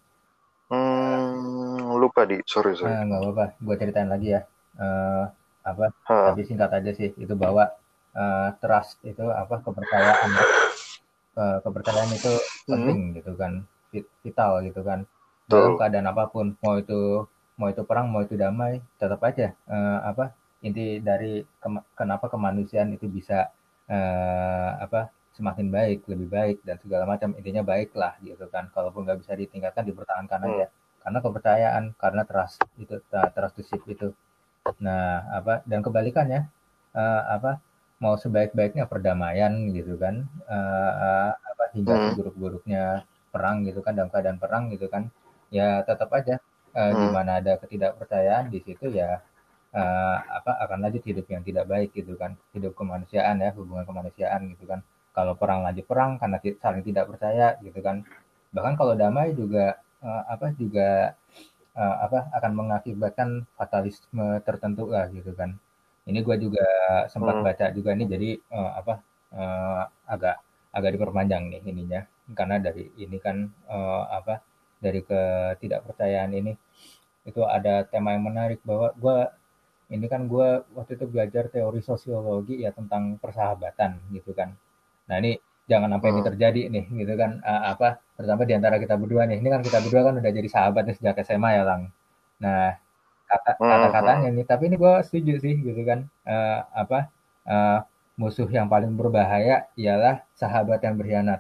Lupa di, sorry. nggak apa-apa, gue ceritain lagi ya. Eh, apa? Hah. Tapi singkat aja sih, itu bahwa trust itu apa kepercayaan ya. Kepercayaan itu Hmm. penting gitu kan, vital gitu kan. Dalam Tuh. keadaan apapun, mau itu perang, mau itu damai, tetap aja apa inti dari kenapa kemanusiaan itu bisa apa semakin baik, lebih baik dan segala macam intinya baik lah gitu kan. Kalaupun nggak bisa ditingkatkan, dipertahankan Hmm. aja. Karena kepercayaan, karena trust itu, trust to ship itu. Nah, apa dan kebalikannya apa mau sebaik-baiknya perdamaian gitu kan, apa hingga Hmm. seburuk-buruknya perang gitu kan dalam keadaan perang gitu kan, ya tetap aja di Hmm. mana ada ketidakpercayaan di situ ya apa akan lanjut hidup yang tidak baik gitu kan, hidup kemanusiaan ya, hubungan kemanusiaan gitu kan. Kalau perang lanjut perang karena saling tidak percaya gitu kan. Bahkan kalau damai juga apa juga apa akan mengakibatkan fatalisme tertentu lah gitu kan. Ini gue juga sempat Hmm. baca juga nih jadi apa agak agak diperpanjang nih ininya karena dari ini kan apa dari ketidakpercayaan ini itu ada tema yang menarik bahwa gue waktu itu belajar teori sosiologi ya tentang persahabatan gitu kan. Nah ini jangan sampai ini Hmm. terjadi nih gitu kan apa terutama di antara kita berdua nih. Ini kan kita berdua kan udah jadi sahabat nih sejak SMA ya Lang. Nah Hmm. kata-katanya Hmm. nih tapi ini gue setuju sih gitu kan. Apa eh, musuh yang paling berbahaya ialah sahabat yang berkhianat.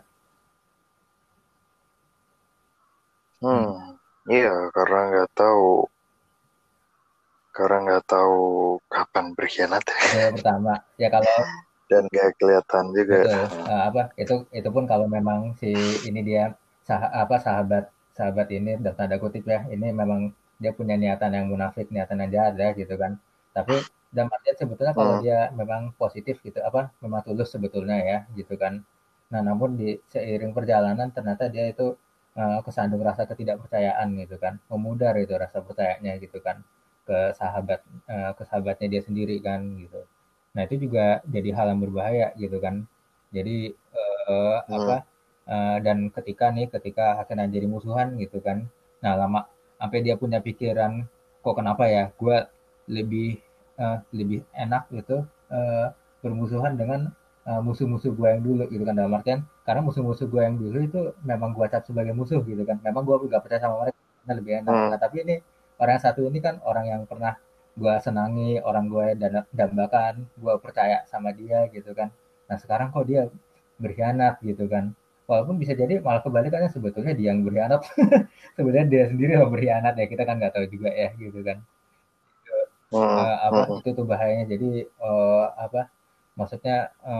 Hmm. Hmm. Iya, karena nggak tahu kapan berkhianat Itu pertama ya kalau dan nggak kelihatan juga. betul, apa, itu pun kalau memang si ini dia apa, sahabat sahabat ini dalam tanda kutip ya, ini memang dia punya niatan yang munafik, niatan yang jahat ya gitu kan. Tapi dalam artian sebetulnya kalau Hmm. dia memang positif gitu, apa, memang tulus sebetulnya ya gitu kan. Nah, namun di seiring perjalanan ternyata dia itu kesandung rasa ketidakpercayaan gitu kan, memudar itu rasa percayanya gitu kan ke ke sahabatnya dia sendiri kan gitu. Nah, itu juga jadi hal yang berbahaya gitu kan. Jadi apa Hmm. dan ketika akhirnya jadi musuhan gitu kan. Nah, lama sampai dia punya pikiran kok kenapa ya gue lebih lebih enak gitu bermusuhan dengan musuh-musuh gue yang dulu gitu kan dalam artian karena musuh-musuh gue yang dulu itu memang gue cap sebagai musuh gitu kan. Memang gue gak percaya sama mereka karena lebih enak. Hmm. Nah, tapi ini orang yang satu ini kan orang yang pernah gue senangi, orang gue dambakan, gue percaya sama dia gitu kan. Nah sekarang kok dia berkhianat gitu kan. Walaupun bisa jadi malah kebalikannya sebetulnya dia yang berkhianat. Sebenarnya dia sendiri yang berkhianat ya kita kan nggak tahu juga ya gitu kan. Hmm. Apa Hmm. itu tuh bahayanya. Jadi apa maksudnya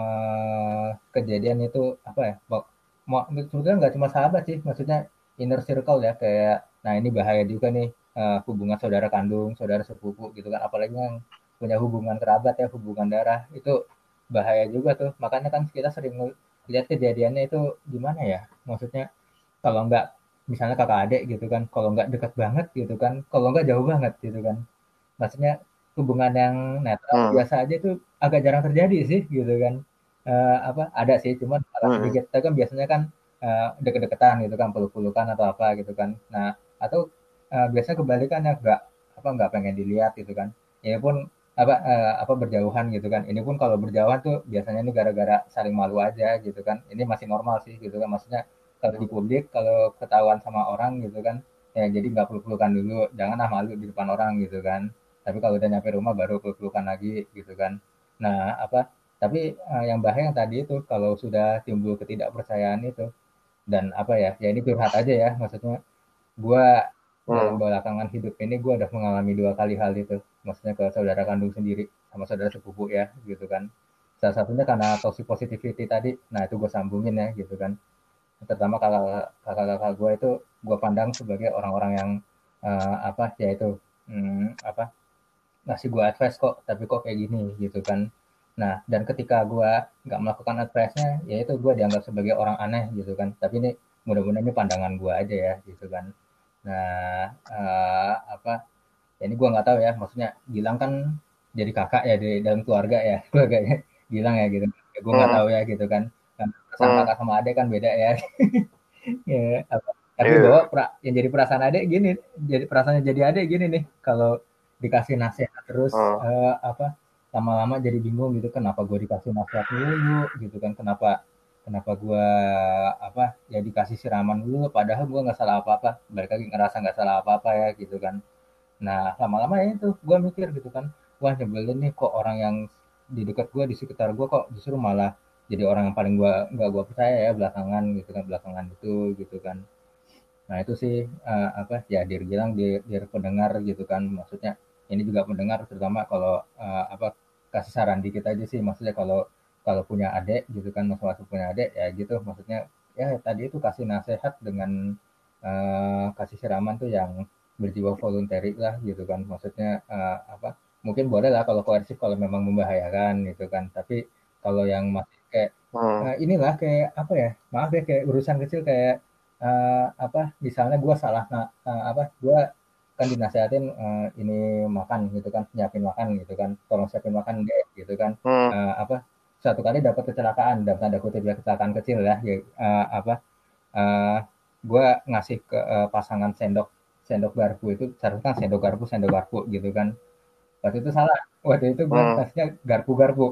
kejadian itu apa ya? Sebetulnya nggak cuma sahabat sih, maksudnya inner circle ya kayak. Nah ini bahaya juga nih hubungan saudara kandung, saudara sepupu gitu kan. Apalagi yang punya hubungan kerabat ya, hubungan darah itu bahaya juga tuh. Makanya kan kita sering lihat kejadiannya itu gimana ya? Maksudnya kalau nggak misalnya kakak adik gitu kan, kalau nggak dekat banget gitu kan, kalau nggak jauh banget gitu kan. Maksudnya hubungan yang netral Hmm. biasa aja itu agak jarang terjadi sih gitu kan. Apa ada sih cuman agak Hmm. sedikit. Tapi kan biasanya kan deket-deketan gitu kan, peluk-pelukan atau apa gitu kan. Nah, atau biasanya kebalikannya nggak pengen dilihat gitu kan. Ini pun apa berjauhan gitu kan. Ini pun kalau berjauhan tuh biasanya ini gara-gara saling malu aja gitu kan. Ini masih normal sih gitu kan. Maksudnya kalau di publik kalau ketahuan sama orang gitu kan ya jadi nggak peluk-pelukan dulu, janganlah malu di depan orang gitu kan. Tapi kalau udah nyampe rumah baru peluk-pelukan lagi gitu kan. Nah, apa tapi yang bahaya yang tadi itu kalau sudah timbul ketidakpercayaan itu dan apa ya, ya ini curhat aja ya maksudnya gue dalam Hmm. belakangan hidup ini gue udah mengalami 2 kali hal itu, maksudnya ke saudara kandung sendiri sama saudara sepupu ya gitu kan. Salah satunya karena toxic positivity tadi, nah itu gue sambungin ya gitu kan. Terutama kakak-kakak gue itu gue pandang sebagai orang-orang yang apa ya itu, apa, ngasih gue advice kok, tapi kok kayak gini gitu kan. Nah, dan ketika gue nggak melakukan advice-nya, ya itu gue dianggap sebagai orang aneh gitu kan. Tapi ini mudah-mudahan ini pandangan gue aja ya gitu kan. Nah, apa, ya ini gue nggak tahu ya, maksudnya Gilang kan jadi kakak ya di dalam keluarga ya, keluarganya Gilang ya gitu. Ya, gue nggak Hmm. tahu ya gitu kan. Kan perasaan Hmm. kakak sama adik kan beda ya. Ya, apa, tapi Iya. bahwa yang jadi perasaan adik gini, jadi perasaannya jadi adik gini nih, kalau dikasih nasihat terus Hmm. apa, lama-lama jadi bingung gitu, kenapa gue dikasih nasihat dulu gitu kan, kenapa kenapa gue apa ya dikasih siraman dulu, padahal gue nggak salah apa-apa, balik lagi ngerasa nggak salah apa-apa ya gitu kan. Nah, lama-lama ya itu gue mikir gitu kan, wah nyebelin nih kok orang yang di dekat gue, di sekitar gue kok justru malah jadi orang yang paling nggak gue percaya ya belakangan gitu kan, belakangan itu gitu kan. Nah itu sih apa ya dia bilang dia pendengar gitu kan, maksudnya ini juga pendengar terutama kalau apa kasih saran dikit aja sih, maksudnya kalau kalau punya adik gitu kan, masuk punya adik ya gitu, maksudnya ya tadi itu kasih nasihat dengan kasih siraman tuh yang berjiwa voluntary lah gitu kan, maksudnya apa, mungkin boleh lah kalau koersif kalau memang membahayakan gitu kan, tapi kalau yang masih kayak Hmm. inilah kayak apa ya, maaf ya kayak urusan kecil kayak apa, misalnya gue salah, apa, gue kan dinasehatin ini makan gitu kan, nyiapin makan gitu kan, tolong siapin makan deh gitu kan. Hmm. Apa, suatu kali dapat kecelakaan dalam tanda kutip ya, kecelakaan kecil ya, ya apa, uh, gue ngasih ke pasangan sendok sendok garpu itu, seharusnya kan sendok garpu gitu kan, waktu itu salah, waktu itu gue Hmm. kasihnya garpu-garpu.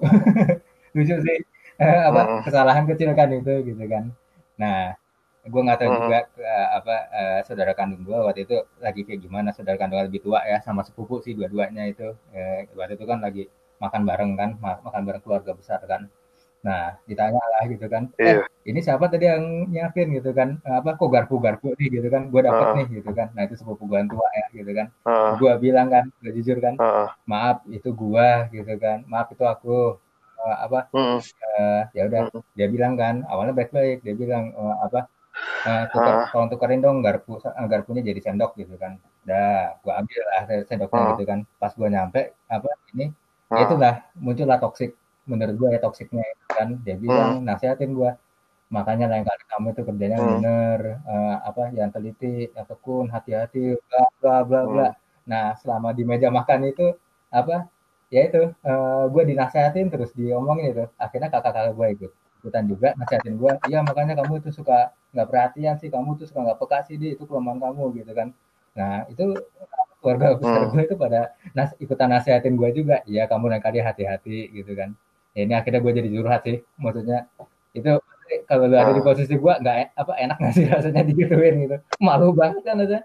Lucu sih, apa, Hmm. kesalahan kecil kan itu gitu kan. Nah, gue nggak tahu juga Hmm. apa, saudara kandung gue waktu itu lagi kayak gimana, saudara kandung lebih tua ya, sama sepupu sih dua-duanya itu. Waktu itu kan lagi makan bareng kan, makan bareng keluarga besar kan. Nah, ditanya lah gitu kan, Iya. ini siapa tadi yang nyiapin gitu kan, apa, kok garpu-garpu nih gitu kan, gue dapet Heeh. nih gitu kan. Nah, itu sepupu gue yang tua ya gitu kan. Heeh. Gue bilang kan, gue jujur kan, Heeh. maaf itu gua gitu kan, maaf itu aku. Apa, Hmm. ya udah, Hmm. dia bilang kan awalnya baik-baik, dia bilang apa, Heeh. tolong tukerin dong garpunya jadi sendok gitu kan. Dah gua ambil lah sendoknya Heeh. gitu kan, pas gua nyampe apa ini, ya Heeh. itulah muncullah toksik, menurut gua ya toksiknya itu kan, dia bilang Hmm. nasehatin gua, makanya lain kali kamu itu kerjanya yang Hmm. bener, apa, yang teliti, yang tekun, hati-hati, bla bla bla bla. Hmm. Nah, selama di meja makan itu apa, ya itu gue dinasehatin terus diomongin itu. Akhirnya kakak-kakak gue ikutan juga nasehatin gue. Iya makanya kamu itu suka nggak perhatian sih, kamu tuh suka nggak peka sih, di itu kelemahan kamu gitu kan. Nah itu keluarga besar Hmm. gue itu pada ikutan nasehatin gue juga. Iya kamu lain kali hati-hati gitu kan. Ya ini akhirnya gue jadi curhat sih, maksudnya itu kalau lu ada di Heeh. posisi gua nggak apa, enak nggak sih rasanya digituin gitu, malu banget kan aja.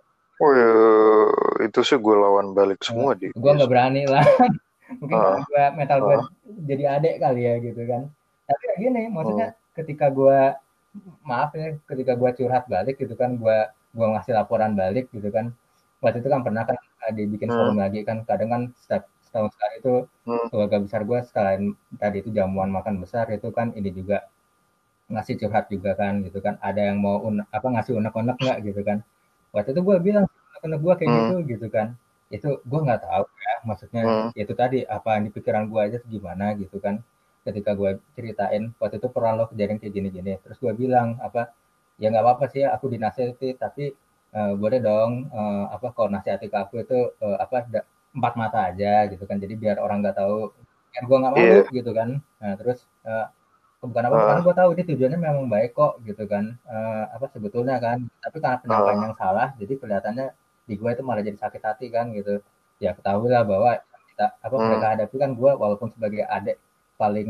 Oh ya, itu sih gue lawan balik semua di Gua dia nggak semua. berani lah. Mungkin karena Heeh. gua mental gua Heeh. jadi adek kali ya gitu kan. Tapi ya gini maksudnya, Hmm. ketika gua, maaf ya, ketika gua curhat balik gitu kan, gua ngasih laporan balik gitu kan, waktu itu kan pernah kan dibikin Hmm. forum lagi kan, kadang kan setahun sekali itu Hmm. keluarga besar gua sekalian tadi itu jamuan makan besar itu kan, ini juga ngasih curhat juga kan gitu kan, ada yang mau apa ngasih unek-unek nggak gitu kan. Waktu itu gue bilang unek-unek gue kayak Hmm. gitu kan, itu gue nggak tahu ya, maksudnya Hmm. itu tadi apa yang di pikiran gue aja gimana gitu kan, ketika gue ceritain waktu itu pernah lo kejadian kayak gini-gini, terus gue bilang apa, ya nggak apa-apa sih aku dinasihati, tapi boleh dong apa kalau nasihati ke aku itu apa empat mata aja gitu kan, jadi biar orang nggak tahu kan gue nggak malu Iya. gitu kan. Nah terus bukan apa, karena Heeh. gue tahu dia tujuannya memang baik kok gitu kan, apa sebetulnya kan, tapi karena penyampaian Heeh. yang salah jadi kelihatannya di gue itu malah jadi sakit hati kan gitu. Ya ketahui lah bahwa kita apa Hmm. mereka hadapi kan, gue walaupun sebagai adik paling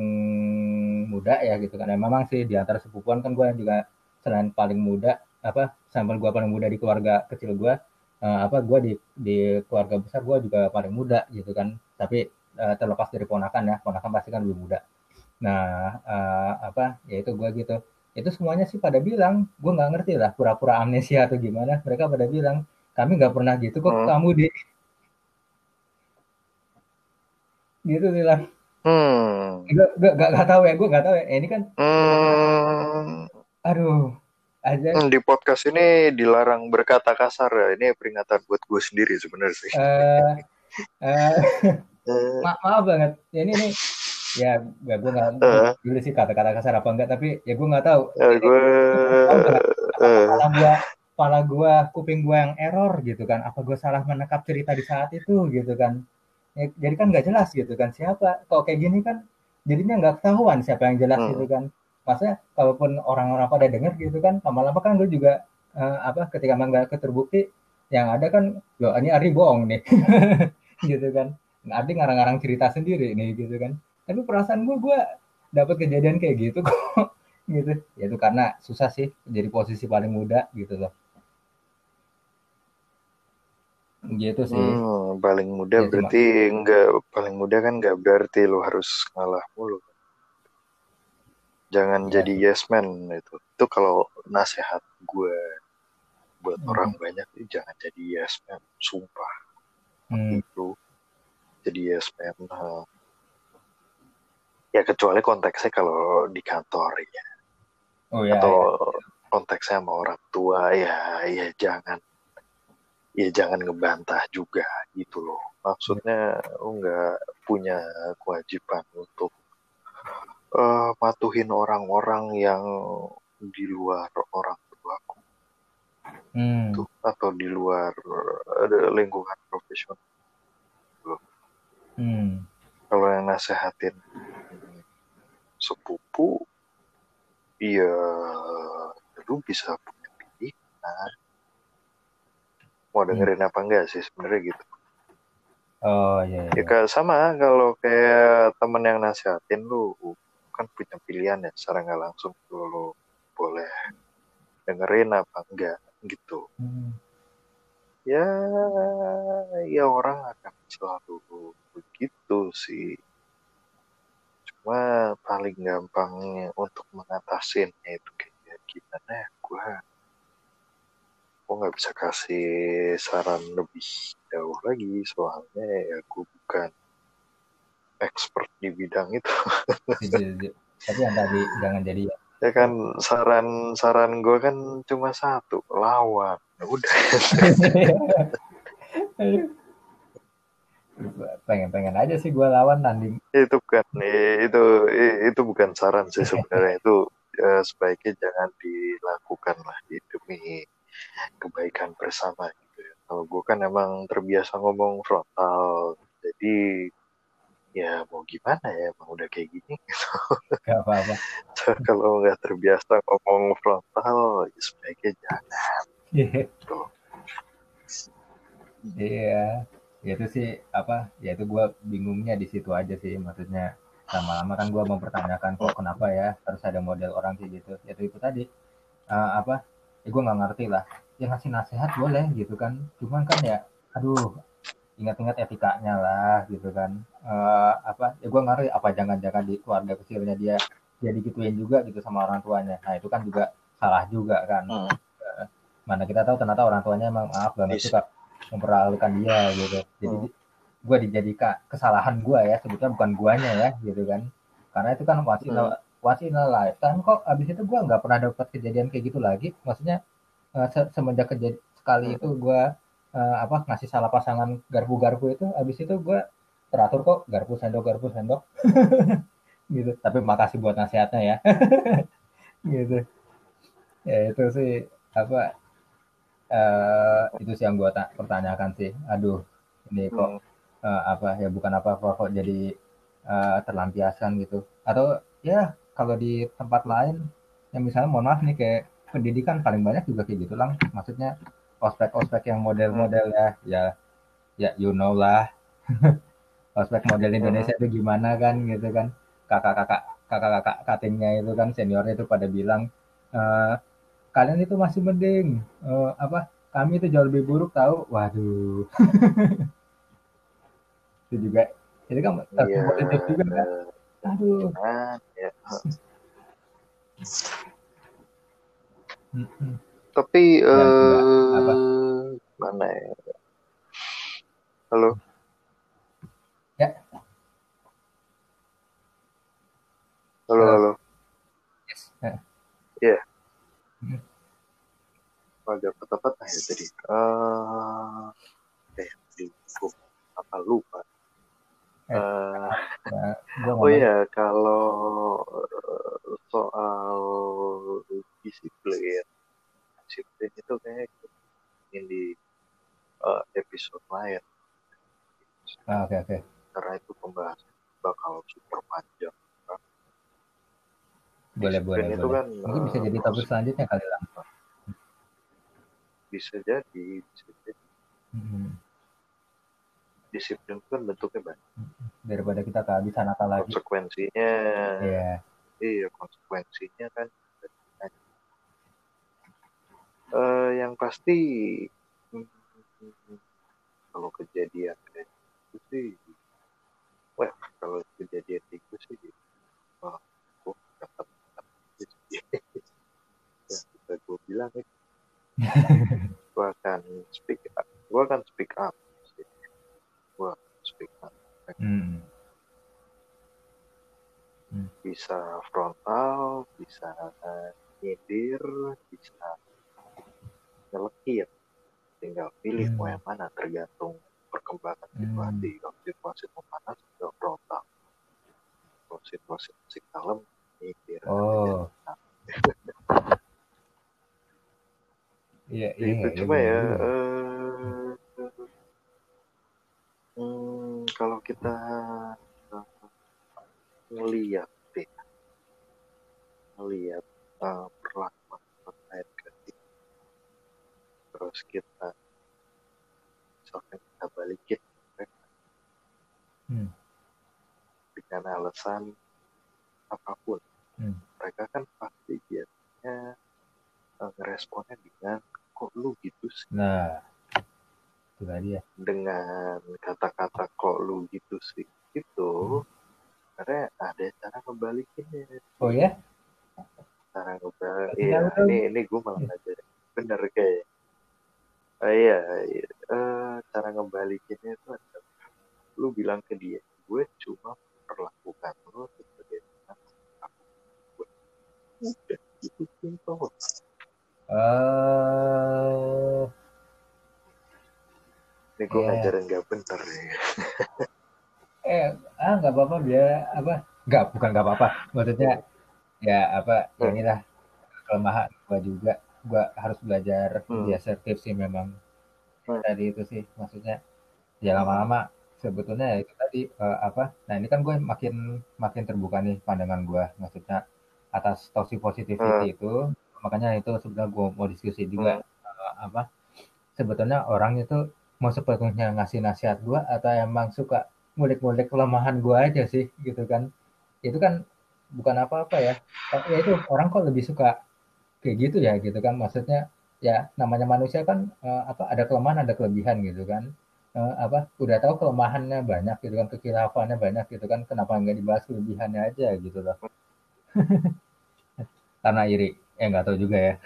muda ya gitu kan, ya memang sih di antara sepupuan kan gue yang juga selain paling muda, apa sampel gue paling muda di keluarga kecil gue, apa gue di keluarga besar gue juga paling muda gitu kan, tapi terlepas dari ponakan ya, ponakan pasti kan lebih muda. Nah, apa, ya itu gue gitu. itu semuanya sih pada bilang, gue nggak ngerti lah, pura-pura amnesia atau gimana, mereka pada bilang, kami nggak pernah gitu kok ke Hmm. kamu di gitu bilang. Hmm. Nggak tahu ya, gue nggak tahu ya. Ini kan, Hmm. aduh, aja. Di podcast ini dilarang berkata kasar ya. Ini peringatan buat gue sendiri sebenarnya sih. eh eh, Eh, maaf banget. Ya, ini ya, gue nggak eh, dulu sih kata-kata kasar apa enggak, tapi ya gue nggak tahu. Ini gue tahu banget. Apa eh, kepala gua, kuping gua yang error gitu kan? Apa gue salah menangkap cerita di saat itu gitu kan? Ya, jadi kan nggak jelas gitu kan siapa. Kalau kayak gini kan jadinya nggak ketahuan siapa yang jelas gitu hmm, kan. Maksudnya kalaupun orang-orang pada denger gitu kan, lama-lama kan gue juga apa ketika emang nggak keterbukti, yang ada kan, loh ini Ari bohong nih, gitu kan. Nah, Ardi ngarang-ngarang cerita sendiri nih gitu kan. Tapi perasaan gue dapat kejadian kayak gitu kok, gitu. Ya itu karena susah sih jadi posisi paling muda gitu loh. Gitu sih. paling muda Ya sih mak. berarti enggak, paling muda kan nggak berarti lo harus ngalah mulu. Jangan Ya jadi sih. yes man itu. Itu kalau nasihat gue buat orang Hmm. banyak, jangan jadi yes man. Sumpah. Hmm. Itu jadi yes man. Ya kecuali konteksnya kalau di kantor ya. Oh ya Atau ya. konteksnya sama orang tua ya, ya jangan ngebantah juga gitu loh. Maksudnya lu nggak punya kewajiban untuk matuhin orang-orang yang di luar orang tuaku Hmm. tuh, atau di luar lingkungan profesional loh. Hmm. Kalau yang nasehatin sepupu, ya lu bisa punya pilihan mau Hmm. dengerin apa enggak sih sebenarnya gitu. Oh ya Ya ya. kayak sama kalau kayak temen yang nasihatin lu kan punya pilihan ya secara nggak langsung lu boleh dengerin apa enggak gitu. Hmm. Ya, ya orang akan selalu begitu sih. Cuma paling gampangnya untuk mengatasinnya itu kayak gimana ya? Gue nggak bisa kasih saran lebih jauh lagi soalnya ya gue bukan expert di bidang itu. Setuju, setuju. Tapi yang tadi jangan jadi ya. Ya kan saran-saran gue kan cuma satu, lawan. Ya udah. Pengen-pengen aja sih gue lawan tanding. Itu bukan itu bukan saran sih sebenarnya, itu sebaiknya jangan dilakukan lah demi kebaikan bersama gitu ya. Kalau gue kan emang terbiasa ngomong frontal, jadi ya mau gimana ya, emang udah kayak gini. Gak apa-apa. Kalau nggak terbiasa ngomong frontal, ya sebaiknya jangan Iya. tuh. Iya, ya itu sih apa? Ya itu gue bingungnya di situ aja sih. Maksudnya lama-lama kan gue mempertanyakan kok kenapa ya harus ada model orang kayak gitu. Ya itu tadi apa? Ya gue nggak ngerti lah. Ya ngasih nasihat boleh gitu kan. Cuman kan ya, aduh, ingat-ingat etikanya lah gitu kan. Apa? Ya gue ngerti apa jangan-jangan di keluarga kecilnya dia jadi gituin juga gitu sama orang tuanya. Nah itu kan juga salah juga kan. Hmm. Mana kita tahu ternyata orang tuanya emang maaf banget Is, suka memperlakukan dia gitu. Jadi hmm. gue dijadikan kesalahan gue ya sebetulnya bukan guanya ya gitu kan, karena itu kan Hmm. once in a lifetime kok. Abis itu gue nggak pernah dapat kejadian kayak gitu lagi, maksudnya semenjak kejadian sekali itu Hmm. gue apa ngasih salah pasangan garpu-garpu itu, abis itu gue teratur kok, garpu sendok gitu. Tapi makasih buat nasihatnya ya. Gitu. Ya itu sih apa itu sih yang gue pertanyakan sih. Aduh, ini kok Hmm. apa ya, bukan apa-apa kok jadi terlampiaskan gitu. Atau ya kalau di tempat lain yang misalnya mohon maaf nih kayak pendidikan paling banyak juga kayak gitu lang. Maksudnya ospek-ospek yang Hmm. model-model ya, ya ya you know lah, ospek model Hmm. Indonesia itu gimana kan gitu kan. Kakak-kakak cuttingnya itu kan seniornya itu pada bilang eh, kalian itu masih mending apa kami itu jauh lebih buruk tahu. Waduh, itu juga itu kan Iya, positif juga kan. Aduh. gimana ya? Mm-mm. Tapi Dan nggak apa mana ya? Halo, ya. halo, Halo. halo. Yes. Iya, Mm. agak patah-patah ya tadi. Di gua apa lupa. eh Eh, gue oh ngomong. ya, kalau soal disiplin, disiplin itu kayak ini di episode lain. Oke oke. Karena itu pembahasan bakal super panjang. Kan? Boleh Disiplin boleh itu boleh. kan Mungkin bisa jadi topik proses, selanjutnya kali lah. bisa jadi Mm-mm. disiplin itu kan bentuknya banyak. Daripada kita kehabisan apa lagi. Konsekuensinya, Iya. iya konsekuensinya kan. Yang pasti hmm, kalau kejadian kayak itu sih, wah kalau kejadian itu sih, wah, gue dapat yang bisa gue bilang ya, gue akan speak up, gue akan speak up, sih. Gue akan speak up. Mm-mm. Mm. Bisa frontal, bisa nyindir, bisa nyelekit, tinggal pilih mau Mm. yang mana tergantung perkembangan Mm. situasi. Kalau situasi memanas, tinggal frontal. Kalau situasi masih kalem, nyindir aja. Oh, iya iya Itu iya cuma benar ya juga. kalau kita ngelihat deh, ngelihat perlakuan terkait ketika terus kita misalkan kita balikin mereka Hmm. dengan alasan apapun, Hmm. mereka kan pasti biasanya ngeresponnya dengan kok lu gitu sih, Nah, itu tadi ya. dengan kata-kata kok lu gitu sih itu Hmm. karena ada cara ngebalikinnya. Oh ya, Cara ngebalik, kasih iya tahu dong. ini gue malah ngajarin bener kayak. Iya, iya. Cara ngebalikinnya itu adalah lu bilang ke dia, gue cuma perlakukan lo sebagai teman aku. Udah, itu simple. Oh, Ini gue ya. ngajarin gak bener ya. Nggak apa-apa biar apa? Nggak, bukan nggak apa-apa. Maksudnya ya apa? Ya Hmm, inilah kelemahan gua juga. Gua harus belajar lebih hmm, asertif sih memang. Ya, hmm, tadi itu sih maksudnya. Ya hmm, lama-lama sebetulnya ya itu tadi apa? Nah ini kan gue makin makin terbuka nih pandangan gue. Maksudnya atas toxic hmm, positivity itu. Makanya itu sebenarnya gue mau diskusi juga hmm. apa? Sebetulnya orang itu mau sepenuhnya ngasih nasihat gue atau emang suka ngulik-ngulik kelemahan gue aja sih gitu kan. Itu kan bukan apa-apa ya. Tapi ya itu orang kok lebih suka kayak gitu ya gitu kan. Maksudnya ya namanya manusia kan apa ada kelemahan ada kelebihan gitu kan. Apa udah tahu kelemahannya banyak gitu kan, kekilafannya banyak gitu kan. Kenapa nggak dibahas kelebihannya aja gitu loh. Karena iri. Nggak tahu juga ya.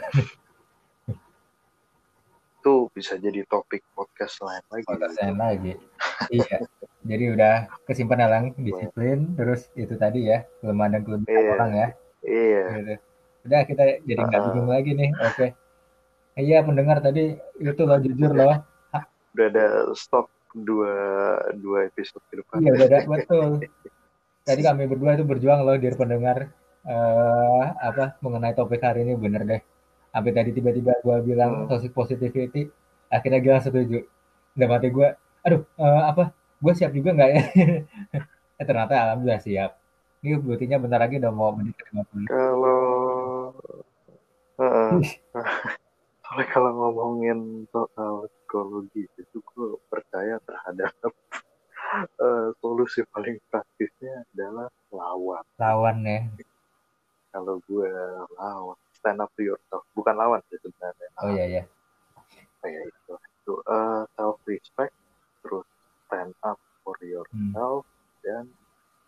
Itu bisa jadi topik podcast lain lagi itu. Konteksnya lagi. Iya. Jadi udah kesimpan elang Wah, disiplin terus itu tadi ya kelemahan dan kelebihan iya, orang ya iya. gitu. Udah kita jadi nggak bingung Uh-uh. lagi nih. Oke. Iya pendengar tadi itu loh jujur Udah, loh. Hah, udah ada stok dua dua episode ke depan. iya udah ada betul. Tadi kami berdua itu berjuang loh di pendengar apa mengenai topik hari ini bener deh. Sampai tadi tiba-tiba gue bilang Hmm. toxic positivity, akhirnya Gilang setuju. Udah mati gue, aduh apa, gue siap juga nggak ya? Ternyata alhamdulillah siap. Ini buktinya bentar lagi udah mau menit ke 50. Kalau uh-uh. Soalnya kalau ngomongin soal psikologi itu gue percaya terhadap solusi paling praktisnya adalah lawan. Lawan ya. Kalau gue lawan, stand up to yourself. Bukan lawan sih sebenarnya. Oh iya ya. Kayak itu self respect, terus stand up for Hmm. yourself dan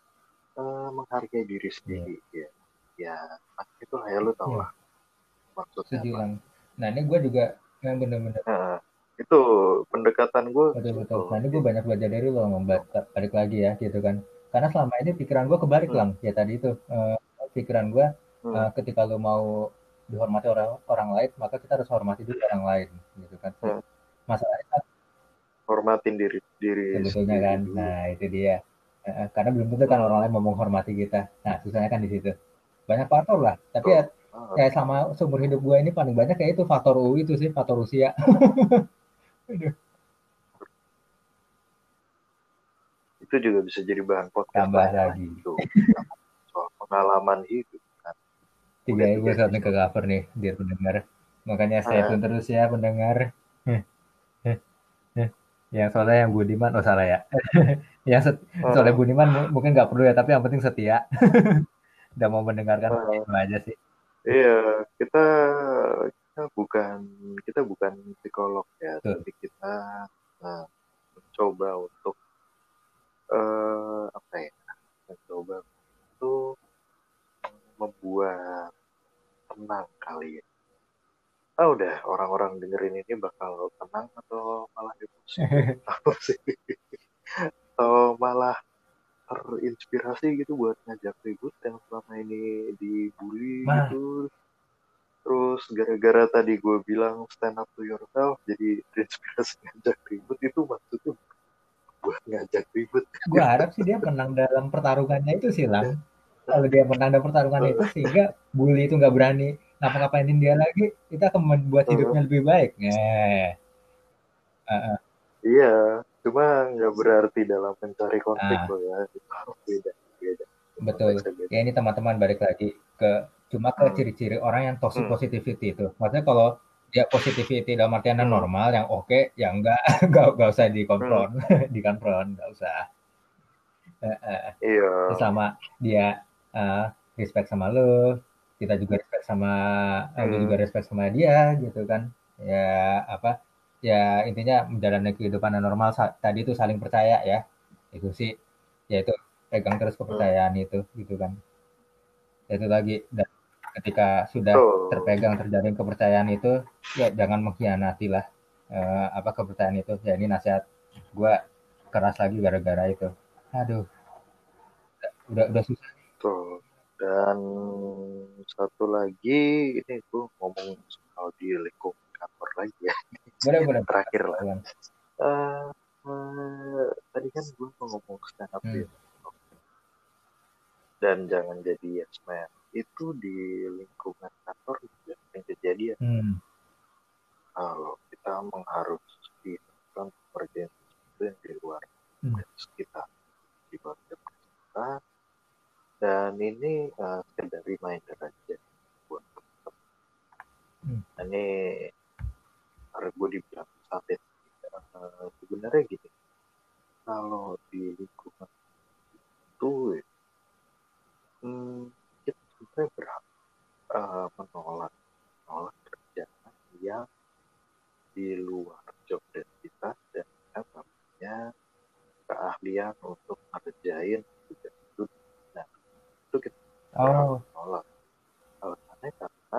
menghargai diri Iya. sendiri ya. Ya, itu ya lu tau Iya. lah maksudnya setuju apa. Lang. Nah ini gue juga yang bener-bener Nah, itu pendekatan gue ke betul-betul. situ. Nah ini gue Jadi banyak belajar dari lo gitu. balik lagi ya gitu kan. Karena selama ini pikiran gue kebalik Hmm, Lang. Ya tadi itu pikiran gue hmm, ketika lo mau dihormati orang orang lain, maka kita harus hormati dulu orang lain gitu kan. hmm. Masalahnya kan Hormatin diri diri sebetulnya sendiri kan, dulu. nah itu dia. Karena belum tentu kan orang Hmm, lain mau menghormati kita. Nah susahnya kan di situ. Banyak faktor lah. Tapi ya betul banget. kayak sama seumur hidup gue ini paling banyak kayak itu faktor itu sih, faktor usia. Aduh, Itu juga bisa jadi bahan podcast tambah lain lagi. lagi tuh. Soal pengalaman hidup kan. Tiga Udah tiga episode nih ke episode. cover nih, biar pendengar. Makanya stay Ah, tune terus ya pendengar. Yang soalnya yang Budiman, oh salah ya. yang soalnya ah, Budiman mungkin nggak perlu ya, tapi yang penting setia. Udah mau mendengarkan ah. itu aja sih. Iya, kita kita bukan kita bukan psikolog ya, Tuh. tapi kita eh, mencoba untuk apa ya? Mencoba untuk membuat tenang kali ya. Ah udah orang-orang dengerin ini bakal tenang atau malah emosi tuh apa sih? Atau malah terinspirasi gitu buat ngajak ribut yang selama ini dibully Mah, gitu. Terus gara-gara tadi gue bilang stand up to yourself, jadi terinspirasi ngajak ribut itu maksudnya buat ngajak ribut. gue harap sih dia menang dalam pertarungannya itu sih, Lang. Kalau dia menang dalam pertarungan itu, sehingga bully itu nggak berani ngapa-ngapainin dia lagi, itu akan membuat hidupnya lebih baik. Iya, cuma nggak berarti dalam mencari konflik Nah, loh ya. Itu beda, beda. betul. Konteksnya Ya beda. ini teman-teman balik lagi ke cuma ke Hmm, ciri-ciri orang yang toxic hmm, positivity itu. Maksudnya kalau dia positivity dalam artian hmm, normal, yang oke, ya enggak, enggak usah hmm. dikonfront, dikonfront, enggak usah. Iya. Selama dia uh, respect sama lo, kita juga respect sama, lo juga Hmm, respect sama dia, gitu kan. Ya apa? Ya intinya menjalani kehidupan yang normal tadi itu saling percaya ya. Itu sih, ya itu pegang terus hmm. kepercayaan itu, gitu kan. Itu lagi, dan ketika sudah Betul. terpegang terjalin kepercayaan itu, ya jangan mengkhianati lah apa kepercayaan itu. Ya ini nasihat gue keras lagi gara-gara itu. Aduh, udah susah. Betul. Dan satu lagi, ini gue ngomong soal di lingkungan kantor lagi ya. Boleh boleh. Terakhir lah. Boleh. Eh, tadi kan gue mau ngomong stand up Hmm. ya. Dan jangan jadi yes man. Itu di lingkungan kantor juga yang kejadian. Hmm. Kalau kita mengharuskan kerjaan sesuatu yang di luar Hmm. jam kita, di luar jam kita. Dan ini sekedar reminder aja buat teman-teman. Hmm. Ini karena gue dibilang satir. Sebenarnya gini, kalau di lingkungan itu hmm, kita sebenarnya berhak menolak menolak kerjaan yang di luar job desk kita dan kita punya keahlian untuk ngerjain tugas itu. Nah, itu kita berhak Oh. menolak. Alasannya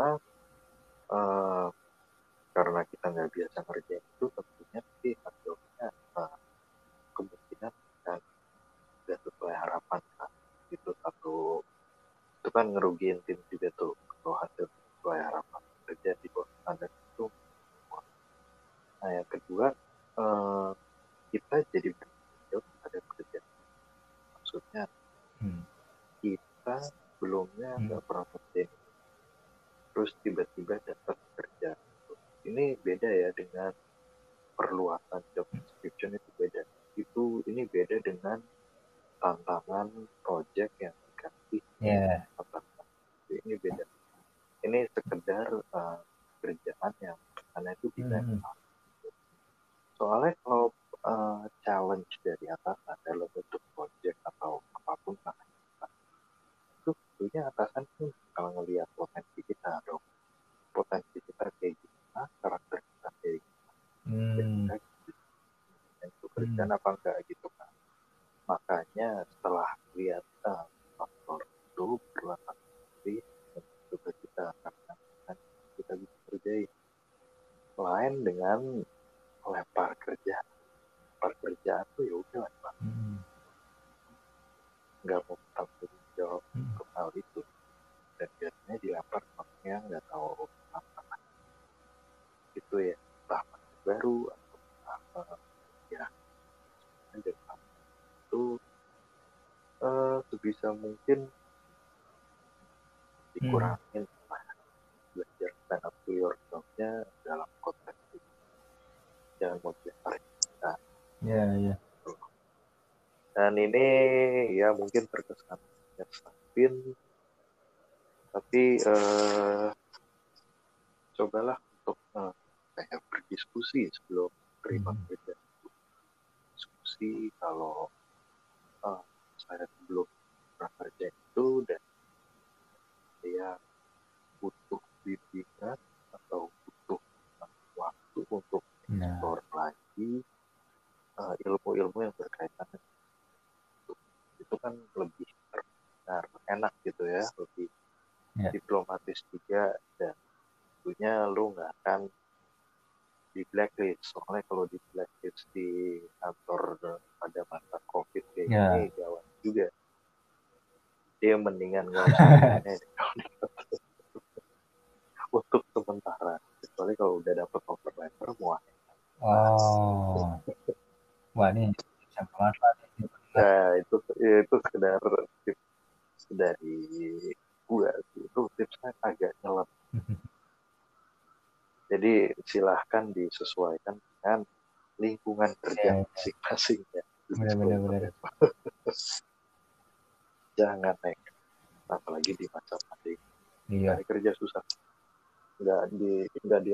uh, karena kita nggak biasa ngerjain itu, tentunya sih hasilnya kemungkinan kan nggak sesuai harapan kan. Itu satu, itu kan ngerugiin tim juga tuh kalau hasil sesuai harapan kerja di bawah standar itu. Nah yang kedua, uh, kita jadi bertanggung jawab pada kerja. Maksudnya Hmm. kita sebelumnya Hmm. nggak pernah kerjain, terus tiba-tiba dapat kerja. Ini beda ya dengan perluasan job description, itu beda. Ini beda dengan tantangan project yang dikasih Ya. Yeah. atasan. Ini beda. Ini sekedar kerjaan yang karena itu Hmm. dilempar. Soalnya kalau challenge dari atasan dalam bentuk project atau apapun lah, itu tentunya atasan pun kalau ngelihat potensi kita dong, potensi kita kayak gimana, karakter kita kayak gimana, Hmm. kira-kira itu Hmm. kerjaan apa enggak gitu kan. Makanya setelah lihat faktor itu berlaku dan juga kita karena kan kita bisa kerjain. Lain dengan lempar kerjaan tuh ya udah lempar, nggak mau tanggung jawab untuk hal itu, dan biasanya dilempar ke orang yang nggak tahu apa itu ya, entah baru atau apa ya. Dan itu sebisa mungkin dikurangin belajar stand up to yourself-nya dalam konteks itu, jangan mau dilempar kita. Dan ini ya mungkin terkesan nyesatin, tapi cobalah untuk kayak berdiskusi sebelum terima kerja. Diskusi kalau saya sebelum kerja itu dan saya butuh bimbingan atau butuh waktu untuk explore lagi ilmu-ilmu yang berkaitan dengan itu kan lebih enak gitu ya, lebih diplomatis juga, dan tentunya lu nggak akan di blacklist. Soalnya kalau di blacklist di kantor pada masa COVID kayak gini gawat juga. Dia mendingan nggak usah untuk sementara, kecuali kalau udah dapet offer letter muah. Wah, ini bisa bermanfaat. Nah, itu sekedar tips dari gue sih. Itu tipsnya agak nyelam. Jadi silahkan disesuaikan dengan lingkungan kerja masing-masing ya. Benar. Jangan nekat, apalagi di masa pandemi. Cari kerja susah, nggak di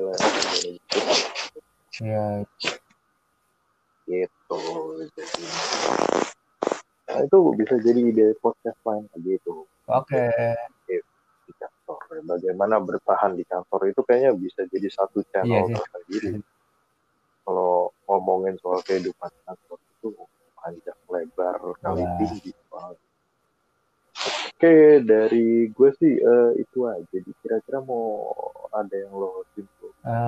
gitu. Jadi nah, itu bisa jadi ide podcast lain lagi itu. Oke. Di kantor, bagaimana bertahan di kantor itu kayaknya bisa jadi satu channel tersendiri. Kalau ngomongin soal kehidupan kantor itu panjang lebar kali tinggi. Oke, dari gue sih itu aja. Jadi kira-kira mau ada yang lo simpul?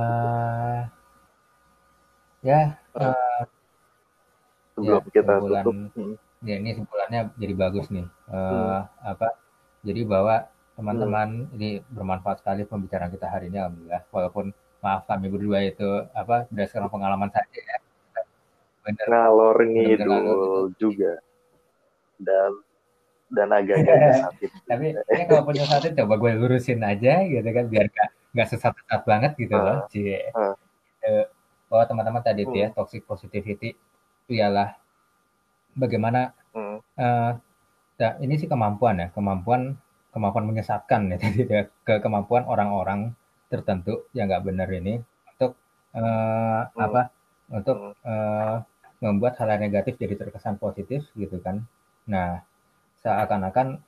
Sebelum kita tutup. Ya, ini simpulannya jadi bagus nih. Jadi bahwa teman-teman ini bermanfaat sekali pembicaraan kita hari ini, alhamdulillah. Walaupun maaf kami berdua itu berdasarkan pengalaman saja ya. Ngalor ngidul juga. Dan agak-agak nyesatin. Tapi ya kalau punya nyesatin coba gue lurusin aja gitu kan, biar nggak sesat-sesat banget gitu loh. Bahwa teman-teman tadi itu ya, toxic positivity itu ialah bagaimana ini sih kemampuan menyesatkan ya, jadi kemampuan orang-orang tertentu yang nggak benar ini untuk membuat hal yang negatif jadi terkesan positif gitu kan. Nah, seakan-akan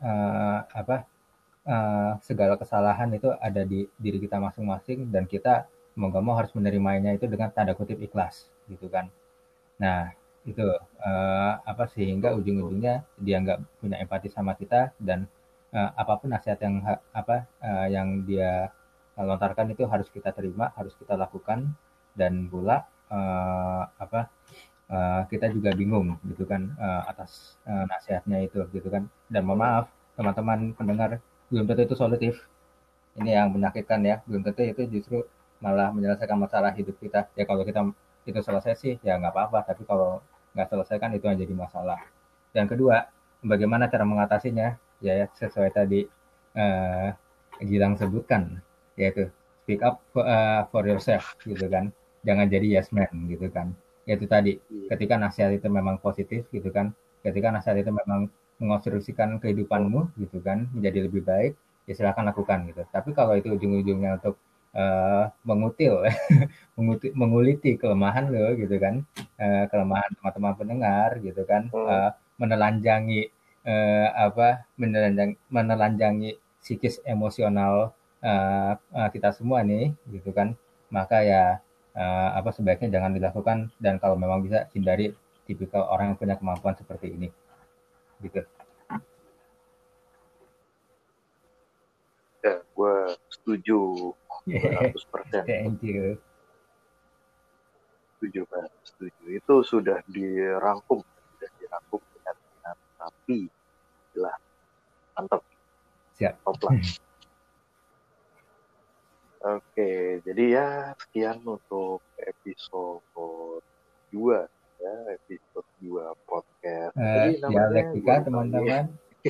segala kesalahan itu ada di diri kita masing-masing, dan kita mau gak mau harus menerimanya itu dengan tanda kutip ikhlas gitu kan. Nah, itu sehingga ujung-ujungnya dia nggak punya empati sama kita, dan apapun nasihat yang dia lontarkan itu harus kita terima, harus kita lakukan, dan pula kita juga bingung gitu kan atas nasihatnya itu gitu kan. Dan mohon maaf teman-teman pendengar, belum tentu itu solutif. Ini yang menyakitkan ya, belum tentu itu justru malah menyelesaikan masalah hidup kita. Ya kalau kita itu selesai sih ya nggak apa-apa, tapi kalau nggak selesai kan itu yang jadi masalah. Dan kedua, bagaimana cara mengatasinya? Ya sesuai tadi Gilang sebutkan, yaitu speak up for yourself gitu kan, jangan jadi yes man gitu kan. Yaitu tadi, ketika nasihat itu memang positif gitu kan, ketika nasihat itu memang mengonstruksikan kehidupanmu gitu kan menjadi lebih baik, ya silakan lakukan gitu. Tapi kalau itu ujung-ujungnya untuk menguliti kelemahan lo gitu kan, kelemahan teman-teman pendengar gitu kan, menelanjangi psikis emosional kita semua nih gitu kan, maka ya sebaiknya jangan dilakukan, dan kalau memang bisa hindari tipikal orang yang punya kemampuan seperti ini gitu. Ya, gue setuju 200%. Thank you. Setuju, Pak. Setuju. Itu sudah dirangkum dengan rapi. Gila. Mantap. Siap. Top lah. Oke, jadi ya sekian untuk episode 2 ya, episode 2 podcast. Tadi namanya Dialektika gue lupa lagi. teman-teman.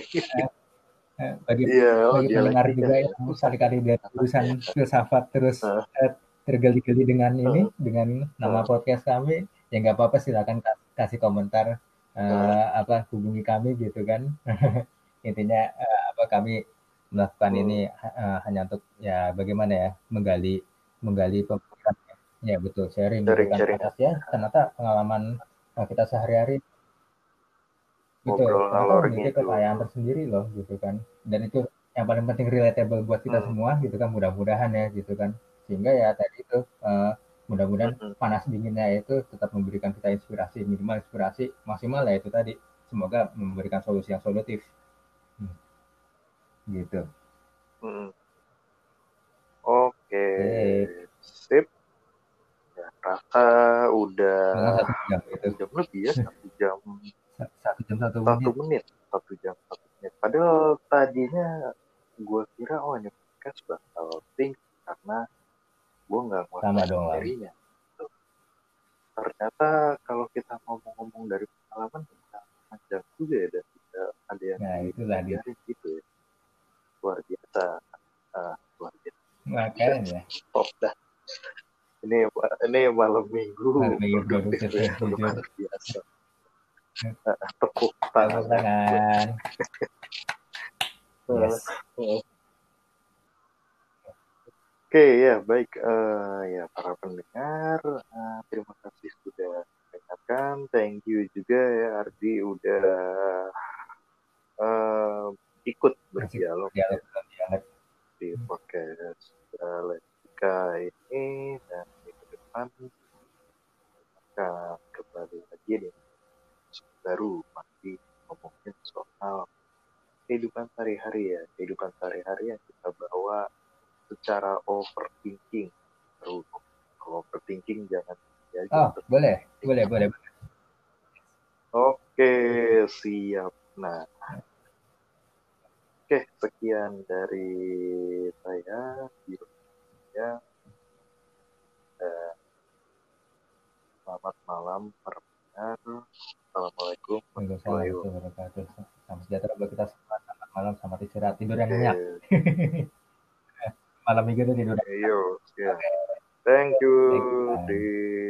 Bagi Iya, bagi pendengar dialektika juga ya. yang sekali-kali dari jurusan filsafat terus tergeli-geli dengan ini, dengan nama podcast kami, ya nggak apa-apa, silakan kasih komentar, hubungi kami gitu kan. Intinya kami melakukan ini hanya untuk ya bagaimana ya, menggali pemikiran. Ya betul, sharing gitu kan Sharing-sharing atas ya ternyata pengalaman kita sehari-hari. Betul, ngobrol ternyata ngalor memiliki ngidul. kekayaan tersendiri loh gitu kan. Dan itu yang paling penting relatable buat kita semua gitu kan, mudah-mudahan ya gitu kan. Sehingga ya tadi itu mudah-mudahan panas dinginnya itu tetap memberikan kita inspirasi, minimal inspirasi, maksimal ya itu tadi. Semoga memberikan solusi yang solutif. Gitu. Oke, Sip. sip. Ya, rasa udah Dengan 1 jam itu. 1 jam lebih ya, 1 jam 1 jam 1 menit, 1 jam 1 menit. Padahal tadinya gue kira ini podcast bakal singkat karena gue nggak Sama nguasain dong lah. materinya. Ternyata kalau kita ngomong-ngomong dari pengalaman kita panjang juga ya, dan kita ada yang dipelajari gitu ya. Luar biasa. Luar biasa. Makanya. Top dah. Ini malam minggu. Malam minggu produktif luar biasa. Tepuk tangan. Yes. Oke, ya baik ya para pendengar, terima kasih sudah mendengarkan. Thank you juga ya Ardi udah ikut berdialog ya, di podcast Dialektika ini, dan minggu depan akan kembali lagi nih baru masih ngomongin soal kehidupan sehari-hari ya, kehidupan sehari-hari yang kita bawa secara overthinking. Kalau overthinking jangan Oh, boleh. Oke, siap. Nah, oke, sekian dari saya. Selamat malam para pendengar. Assalamualaikum warahmatullahi wabarakatuh. Salam sejahtera buat kita semua. Selamat malam, selamat istirahat, tidur yang nyenyak. Malam minggu itu tidur yang nyenyak. Thank you.